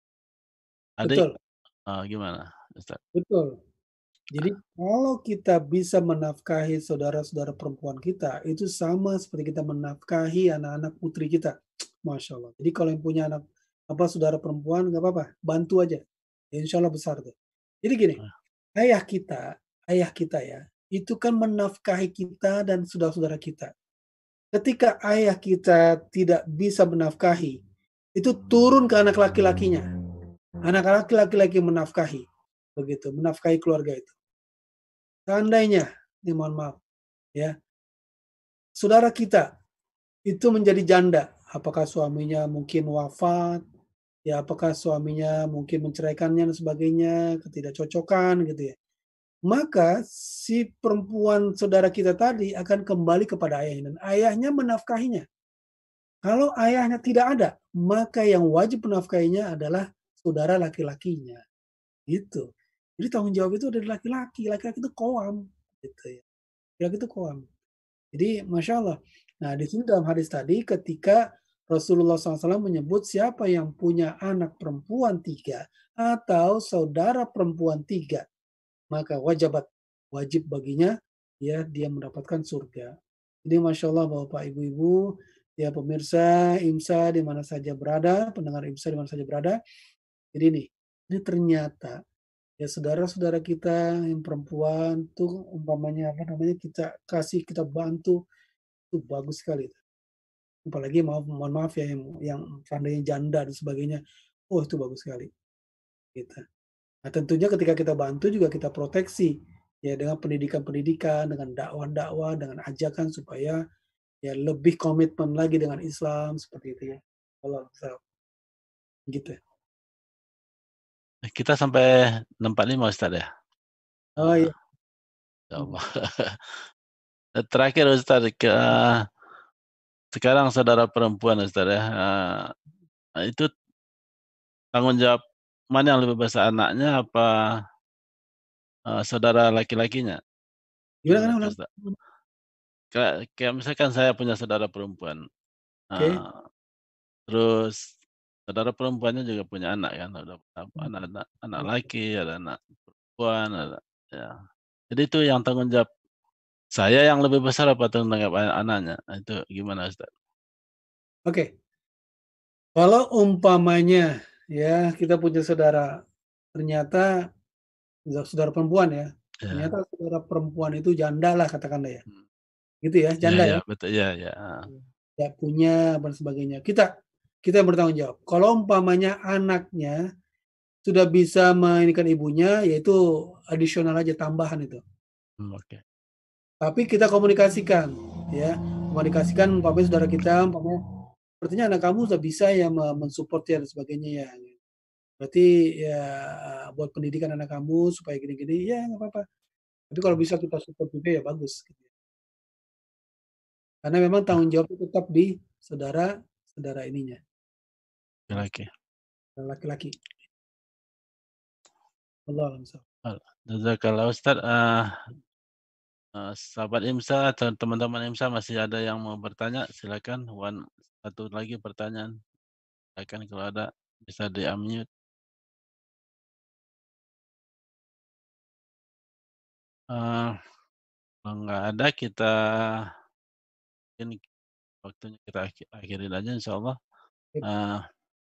adik, betul, eee, gimana Ustaz? betul. Jadi kalau kita bisa menafkahi saudara-saudara perempuan kita, itu sama seperti kita menafkahi anak-anak putri kita. Masya Allah. Jadi kalau yang punya anak apa saudara perempuan nggak apa-apa, bantu aja. Ya, insya Allah besar tuh. Jadi gini, Eee, ayah kita, ayah kita ya, itu kan menafkahi kita dan saudara-saudara kita. Ketika ayah kita tidak bisa menafkahi, itu turun ke anak laki-lakinya. Anak laki-laki menafkahi, begitu, menafkahi keluarga itu. Seandainya, ini mohon maaf, ya, saudara kita itu menjadi janda, apakah suaminya mungkin wafat, ya apakah suaminya mungkin menceraikannya dan sebagainya, ketidakcocokan gitu ya. Maka si perempuan saudara kita tadi akan kembali kepada ayahnya dan ayahnya menafkahinya. Kalau ayahnya tidak ada, maka yang wajib menafkahinya adalah saudara laki-lakinya, gitu. Jadi tanggung jawab itu dari laki-laki, laki-laki itu qawwam, gitu ya. Laki-laki itu qawwam. Jadi Masya Allah. Nah di sini dalam hadis tadi ketika Rasulullah shallallahu alaihi wasallam menyebut siapa yang punya anak perempuan tiga atau saudara perempuan tiga, maka wajabat, wajib baginya ya dia mendapatkan surga. Jadi Masya Allah Bapak Ibu-Ibu, ya pemirsa IMSA di mana saja berada, pendengar IMSA di mana saja berada. Jadi ini, ini ternyata ya saudara-saudara kita yang perempuan tuh umpamanya apa namanya kita kasih, kita bantu, itu bagus sekali. Apalagi maaf mohon maaf ya yang yang seandainya janda dan sebagainya, oh itu bagus sekali, gitu. Nah tentunya ketika kita bantu juga kita proteksi, ya dengan pendidikan-pendidikan, dengan dakwah-dakwah, dengan ajakan supaya ya lebih komitmen lagi dengan Islam, seperti itu ya. Kalau misal gitu. kita sampai enam empat lima Ustaz ya? Oh Eee, iya, mhm, insyaallah. Eee, terakhir Ustaz, ke sekarang saudara perempuan Ustaz ya, eee, itu tanggung jawab mana yang lebih besar, anaknya apa, eee, saudara laki-lakinya? gimana Gimana gimana tuh ulang? Ustaz? Kayak kayak misalkan saya punya saudara perempuan, Oke, eee, terus saudara perempuannya juga punya anak kan, ada apa, mhm, anak-anak anak oke. laki, ada anak perempuan, ada ya. Jadi itu yang tanggung jawab saya yang lebih besar apa tanggung jawab a anaknya? Nah itu gimana Ustaz? Oke, kalau umpamanya ya kita punya saudara, ternyata Za saudara perempuan ya, Ya, ternyata saudara perempuan itu janda lah katakanlah ya, mmm, gitu ya, iya janda iya, ya, betul, iya iya, heeh. nggak punya dan sebagainya. Kita kita yang bertanggung jawab. Kalau umpamanya anaknya sudah bisa menginikan ibunya, yaitu additional aja, tambahan itu. Hmm, oke. Okay. Tapi kita komunikasikan, ya, komunikasikan umpamanya saudara kita, umpamanya, sepertinya anak kamu sudah bisa ya mensupport ya dan sebagainya ya. Berarti ya buat pendidikan anak kamu supaya gini-gini, ya nggak apa-apa. Tapi kalau bisa kita support juga ya bagus. Gitu. Karena memang tanggung jawab itu tetap di saudara, saudara ininya. Laki-laki. Laki-laki. Allah alam. Jazakallah Ustaz. Uh, uh, sahabat IMSA atau teman-teman IMSA masih ada yang mau bertanya, silakan. One, satu lagi pertanyaan. Silakan kalau ada bisa di-unmute. Uh, kalau nggak ada kita ini waktunya kita akhirin aja insyaallah. Uh,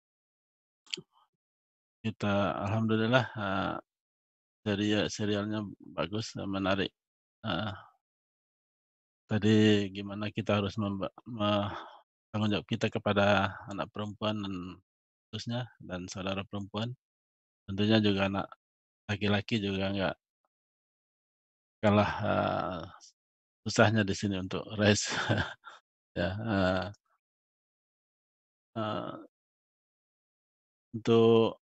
kita alhamdulillah uh, serial serialnya bagus, menarik. Uh, tadi gimana kita harus tanggung jawab kita kepada anak perempuan dan khususnya dan saudara perempuan. Tentunya juga anak laki-laki juga nggak kalah uh, susahnya di sini untuk raise. Ya, uh, uh, untuk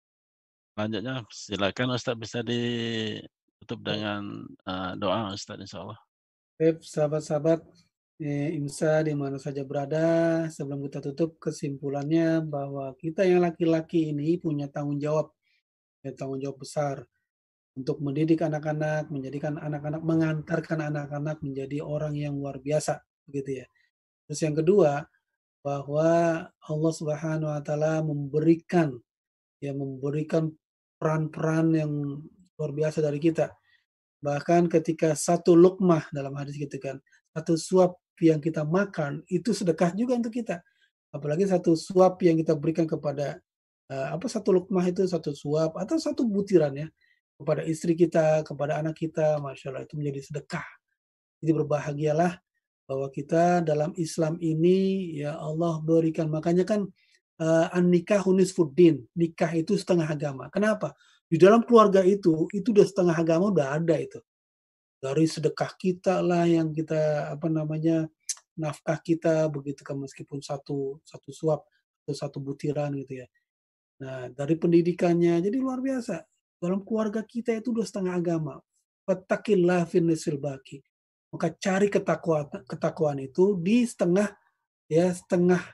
selanjutnya silakan Ustaz, bisa ditutup dengan uh, doa Ustaz insyaallah. Baik, sahabat-sahabat eh, IMSA di mana saja berada, sebelum kita tutup kesimpulannya bahwa kita yang laki-laki ini punya tanggung jawab, ya, tanggung jawab besar untuk mendidik anak-anak, menjadikan anak-anak, mengantarkan anak-anak menjadi orang yang luar biasa, begitu ya. Terus yang kedua, bahwa Allah Subhanahu wa taala memberikan ya memberikan peran-peran yang luar biasa dari kita. Bahkan ketika satu lukmah dalam hadis gitu kan, satu suap yang kita makan itu sedekah juga untuk kita. Apalagi satu suap yang kita berikan kepada uh, apa satu lukmah itu satu suap atau satu butiran ya kepada istri kita, kepada anak kita, masya Allah itu menjadi sedekah. Jadi berbahagialah bahwa kita dalam Islam ini ya Allah berikan, makanya kan uh, an-nikah nisfuddin, nikah itu setengah agama. Kenapa? Di dalam keluarga itu itu udah setengah agama udah ada itu. Dari sedekah kita lah yang kita apa namanya nafkah kita begitu kan meskipun satu satu suap atau satu butiran gitu ya. Nah, dari pendidikannya jadi luar biasa. Dalam keluarga kita itu udah setengah agama. Fattaqillah fin nisfil baqi. Maka cari ketakwaan ketakwaan itu di setengah ya setengah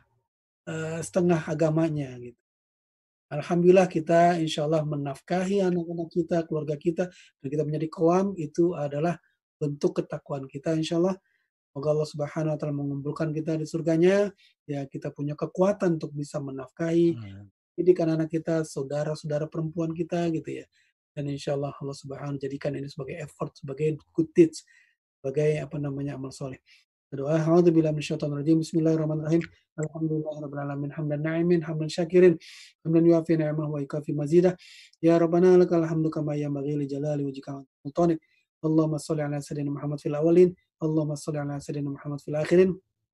uh, setengah agamanya gitu. Alhamdulillah kita insya Allah menafkahi anak-anak kita, keluarga kita, dan kita menjadi kaum itu adalah bentuk ketakwaan kita insya Allah. Semoga Allah Subhanahu wa taala mengumpulkan kita di surganya, ya kita punya kekuatan untuk bisa menafkahi didikan anak kita, saudara-saudara perempuan kita gitu ya. Dan insya Allah Allah Subhanahu jadikan ini sebagai effort, sebagai good deeds, sebagai apa namanya amal soleh. Doa a'udzubillahi minasyaitonir rajim. Bismillahirrahmanirrahim. Alhamdulillahirabbil alamin hamdan na'imin hamdan syakirin hamdan yuafi ni'amahu wa yukafi mazidah. Ya Rabbana lakal hamdu kama yanbaghi li jalali wajhika wa sultanik. Allahumma shalli ala sayyidina Muhammad fil awwalin. Allahumma shalli ala sayyidina Muhammad fil akhirin.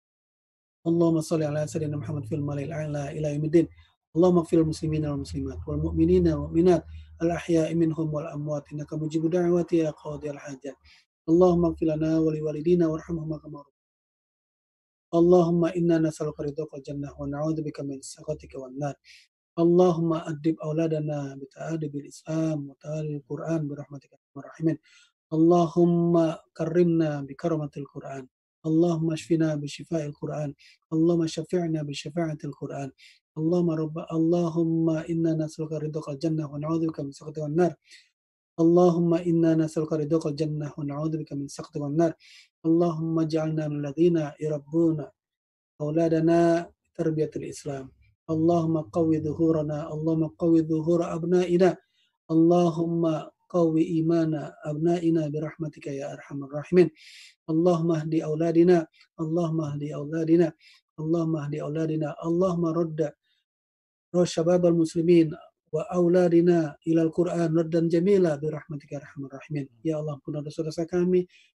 Allahumma shalli ala sayyidina Muhammad fil mala'il a'la ila yaumiddin. Allahumma ighfir lil muslimina wal muslimat wal mu'minina wal mu'minat al ahya'i minhum wal amwat innaka mujibud da'wati ya qadiyal hajat. Allahumma ighfir lana wa liwalidina warhamhum kama Allahumma inna nas'aluka ridhaqal jannah wa na'udzubika min sakhatika wan nar. Allahumma adib auladana bi ta'adibil Islam wa ta'alil Qur'an bi rahmatika ya rahimin. Allahumma karrimna bi karamatil Qur'an. Allahumma shfina bi shifa'il Qur'an. Allahumma syafi'na bi syafa'atil Qur'an. Allahumma rabba Allahumma inna nas'aluka ridhaqal jannah wa na'udzubika min sakhatika wan nar. Allahumma inna nas'aluka ridhaqal jannah wa na'udzubika min sakhatika wan nar. Allahumma ij'alna minal ladzina yurabbuna auladana tarbiyatul Islam. Allahumma qawwi dhuhurana, Allahumma qawwi dhuhura abnaina, Allahumma qawwi imana abnaina birahmatika ya arhamar rahimin. Allahumma hdi auladina, Allahumma hdi auladina, Allahumma hdi auladina, Allahumma radda syababal muslimin wa auladina ilal Qur'an raddan jamila birahmatika ya arhamar rahimin. Ya Allah, ampun dosa-dosa kami,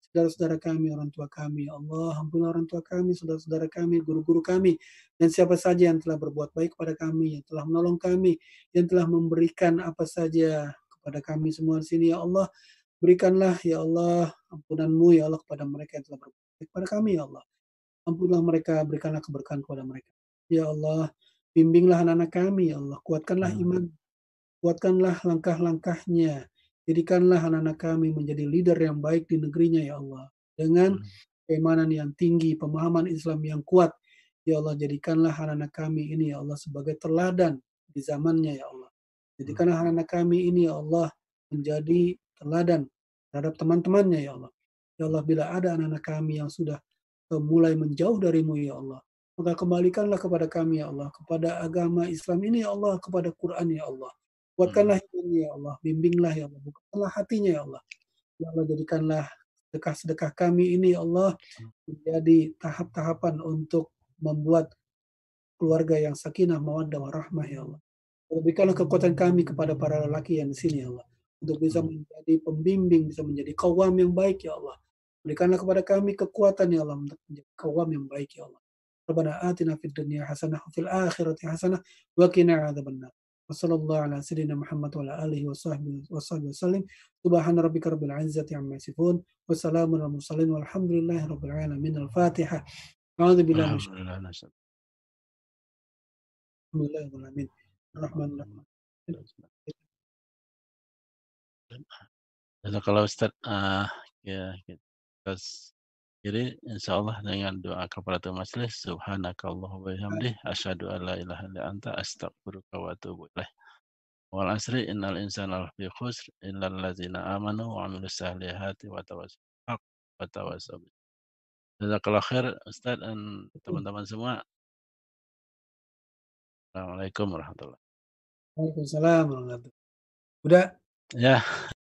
saudara-saudara kami, orang tua kami, ya Allah. Ampunilah orang tua kami, saudara-saudara kami, guru-guru kami, dan siapa saja yang telah berbuat baik kepada kami, yang telah menolong kami, yang telah memberikan apa saja kepada kami semua di sini, ya Allah. Berikanlah, ya Allah, ampunan-Mu, ya Allah, kepada mereka yang telah berbuat baik kepada kami, ya Allah. Ampunilah mereka, berikanlah keberkahan kepada mereka. Ya Allah, bimbinglah anak-anak kami, ya Allah. Kuatkanlah Hmm. iman, kuatkanlah langkah-langkahnya. Jadikanlah anak-anak kami menjadi leader yang baik di negerinya, ya Allah. Dengan Hmm. keimanan yang tinggi, pemahaman Islam yang kuat. Ya Allah, jadikanlah anak-anak kami ini, ya Allah, sebagai teladan di zamannya, ya Allah. Jadikanlah anak-anak kami ini, ya Allah, menjadi teladan terhadap teman-temannya, ya Allah. Ya Allah, bila ada anak-anak kami yang sudah uh, mulai menjauh darimu, ya Allah, maka kembalikanlah kepada kami, ya Allah, kepada agama Islam ini, ya Allah, kepada Quran, ya Allah. Hmm. Kuatkanlah imannya, ya Allah. Bimbinglah, ya Allah. Bukakanlah hatinya, ya Allah. Ya Allah, jadikanlah sedekah-sedekah kami ini, ya Allah, menjadi tahap-tahapan untuk membuat keluarga yang sakinah, mawaddah, warahmah, ya Allah. Berikanlah kekuatan kami kepada para lelaki yang di sini, ya Allah, untuk bisa Hmm. menjadi pembimbing, bisa menjadi kawam yang baik, ya Allah. Berikanlah kepada kami kekuatan, ya Allah, untuk menjadi kawam yang baik, ya Allah. Rabbana atina fid dunya hasanah wa fil akhirati hasanah wa qina adzabannar. Wa sallallahu ala sayyidina Muhammad wa ala alihi wa sahbihi wa sahbihi wasallim. Subhana rabbika rabbil izzati amma yasifun. Wa salamun alal mursalin walhamdulillahi rabbil alamin. Al-Fatihah. A'udzu billahi minasy Alhamdulillah. Nasab. syaitonir rajim. Ar-Rahmanir Rahim. Jazakallah Ustaz. Uh, ya, gitu. Terus, jadi insyaallah dengan doa kafaratul majelis, subhanakallahumma wa bihamdih, asyhadu an la ilaha illa anta, astaghfiruka wa atubu ilaik. Wal asri innal insana lafi khusr illal ladzina amanu wa amilus solihati wa tawassaw bil haqq wa tawassaw bis sabr. Jazakallah khair Ustaz dan teman-teman semua. Assalamualaikum warahmatullahi. Waalaikumsalam warahmatullahi wabarakatuh. Udah? Ya.